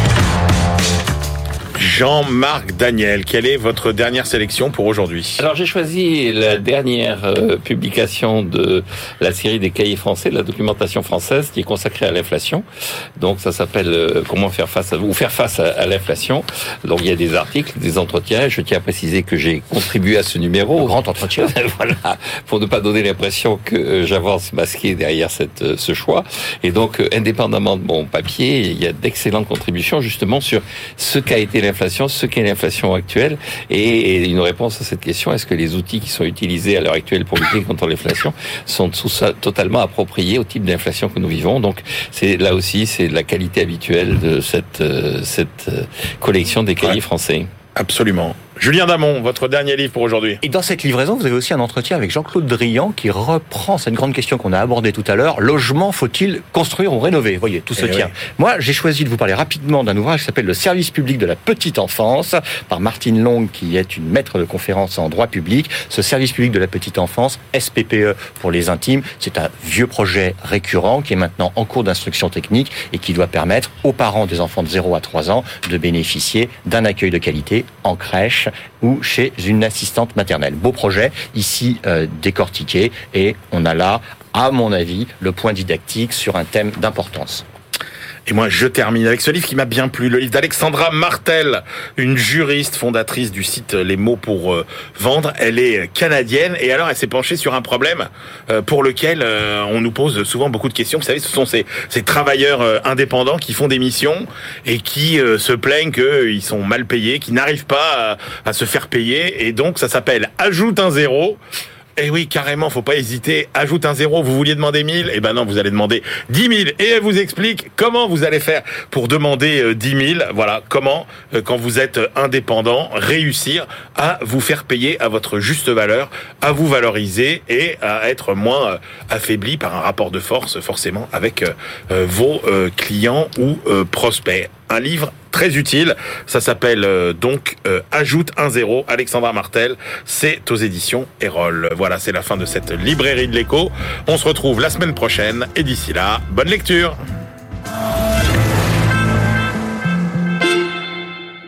Jean-Marc Daniel, quelle est votre dernière sélection pour aujourd'hui ? Alors j'ai choisi la dernière euh, publication de la série des cahiers français, de la documentation française, qui est consacrée à l'inflation. Donc ça s'appelle euh, comment faire face à, ou faire face à, à l'inflation. Donc il y a des articles, des entretiens. Je tiens à préciser que j'ai contribué à ce numéro. Un grand entretien. Voilà, pour ne pas donner l'impression que euh, j'avance masqué derrière cette, euh, ce choix. Et donc euh, indépendamment de mon papier, il y a d'excellentes contributions justement sur ce qu'a été l'inflation, ce qu'est l'inflation actuelle, et une réponse à cette question: est-ce que les outils qui sont utilisés à l'heure actuelle pour lutter contre l'inflation sont tout ça, totalement appropriés au type d'inflation que nous vivons? Donc, c'est là aussi, c'est la qualité habituelle de cette cette collection des cahiers ouais, français. Absolument. Julien Damon, votre dernier livre pour aujourd'hui. Et dans cette livraison, vous avez aussi un entretien avec Jean-Claude Drian qui reprend cette grande question qu'on a abordée tout à l'heure. Logement, faut-il construire ou rénover? Vous voyez, tout se tient. Oui. Moi, j'ai choisi de vous parler rapidement d'un ouvrage qui s'appelle Le service public de la petite enfance, par Martine Long, qui est une maître de conférence en droit public. Ce service public de la petite enfance, S P P E pour les intimes, c'est un vieux projet récurrent qui est maintenant en cours d'instruction technique et qui doit permettre aux parents des enfants de zéro à trois ans de bénéficier d'un accueil de qualité en crèche ou chez une assistante maternelle. Beau projet, ici euh, décortiqué, et on a là, à mon avis, le point didactique sur un thème d'importance. Et moi, je termine avec ce livre qui m'a bien plu, le livre d'Alexandra Martel, une juriste fondatrice du site Les Mots pour euh, Vendre. Elle est canadienne et alors elle s'est penchée sur un problème euh, pour lequel euh, on nous pose souvent beaucoup de questions. Vous savez, ce sont ces, ces travailleurs euh, indépendants qui font des missions et qui euh, se plaignent qu'ils sont mal payés, qu'ils n'arrivent pas à, à se faire payer. Et donc, ça s'appelle « Ajoute un zéro ». Eh oui, carrément, faut pas hésiter. Ajoute un zéro, vous vouliez demander mille, eh ben non, vous allez demander dix mille. Et elle vous explique comment vous allez faire pour demander dix mille. Voilà, comment, quand vous êtes indépendant, réussir à vous faire payer à votre juste valeur, à vous valoriser et à être moins affaibli par un rapport de force, forcément, avec vos clients ou prospects. Un livre très utile, ça s'appelle euh, donc euh, Ajoute un zéro, Alexandra Martel, c'est aux éditions Erol. Voilà, c'est la fin de cette librairie de l'écho. On se retrouve la semaine prochaine et d'ici là, bonne lecture.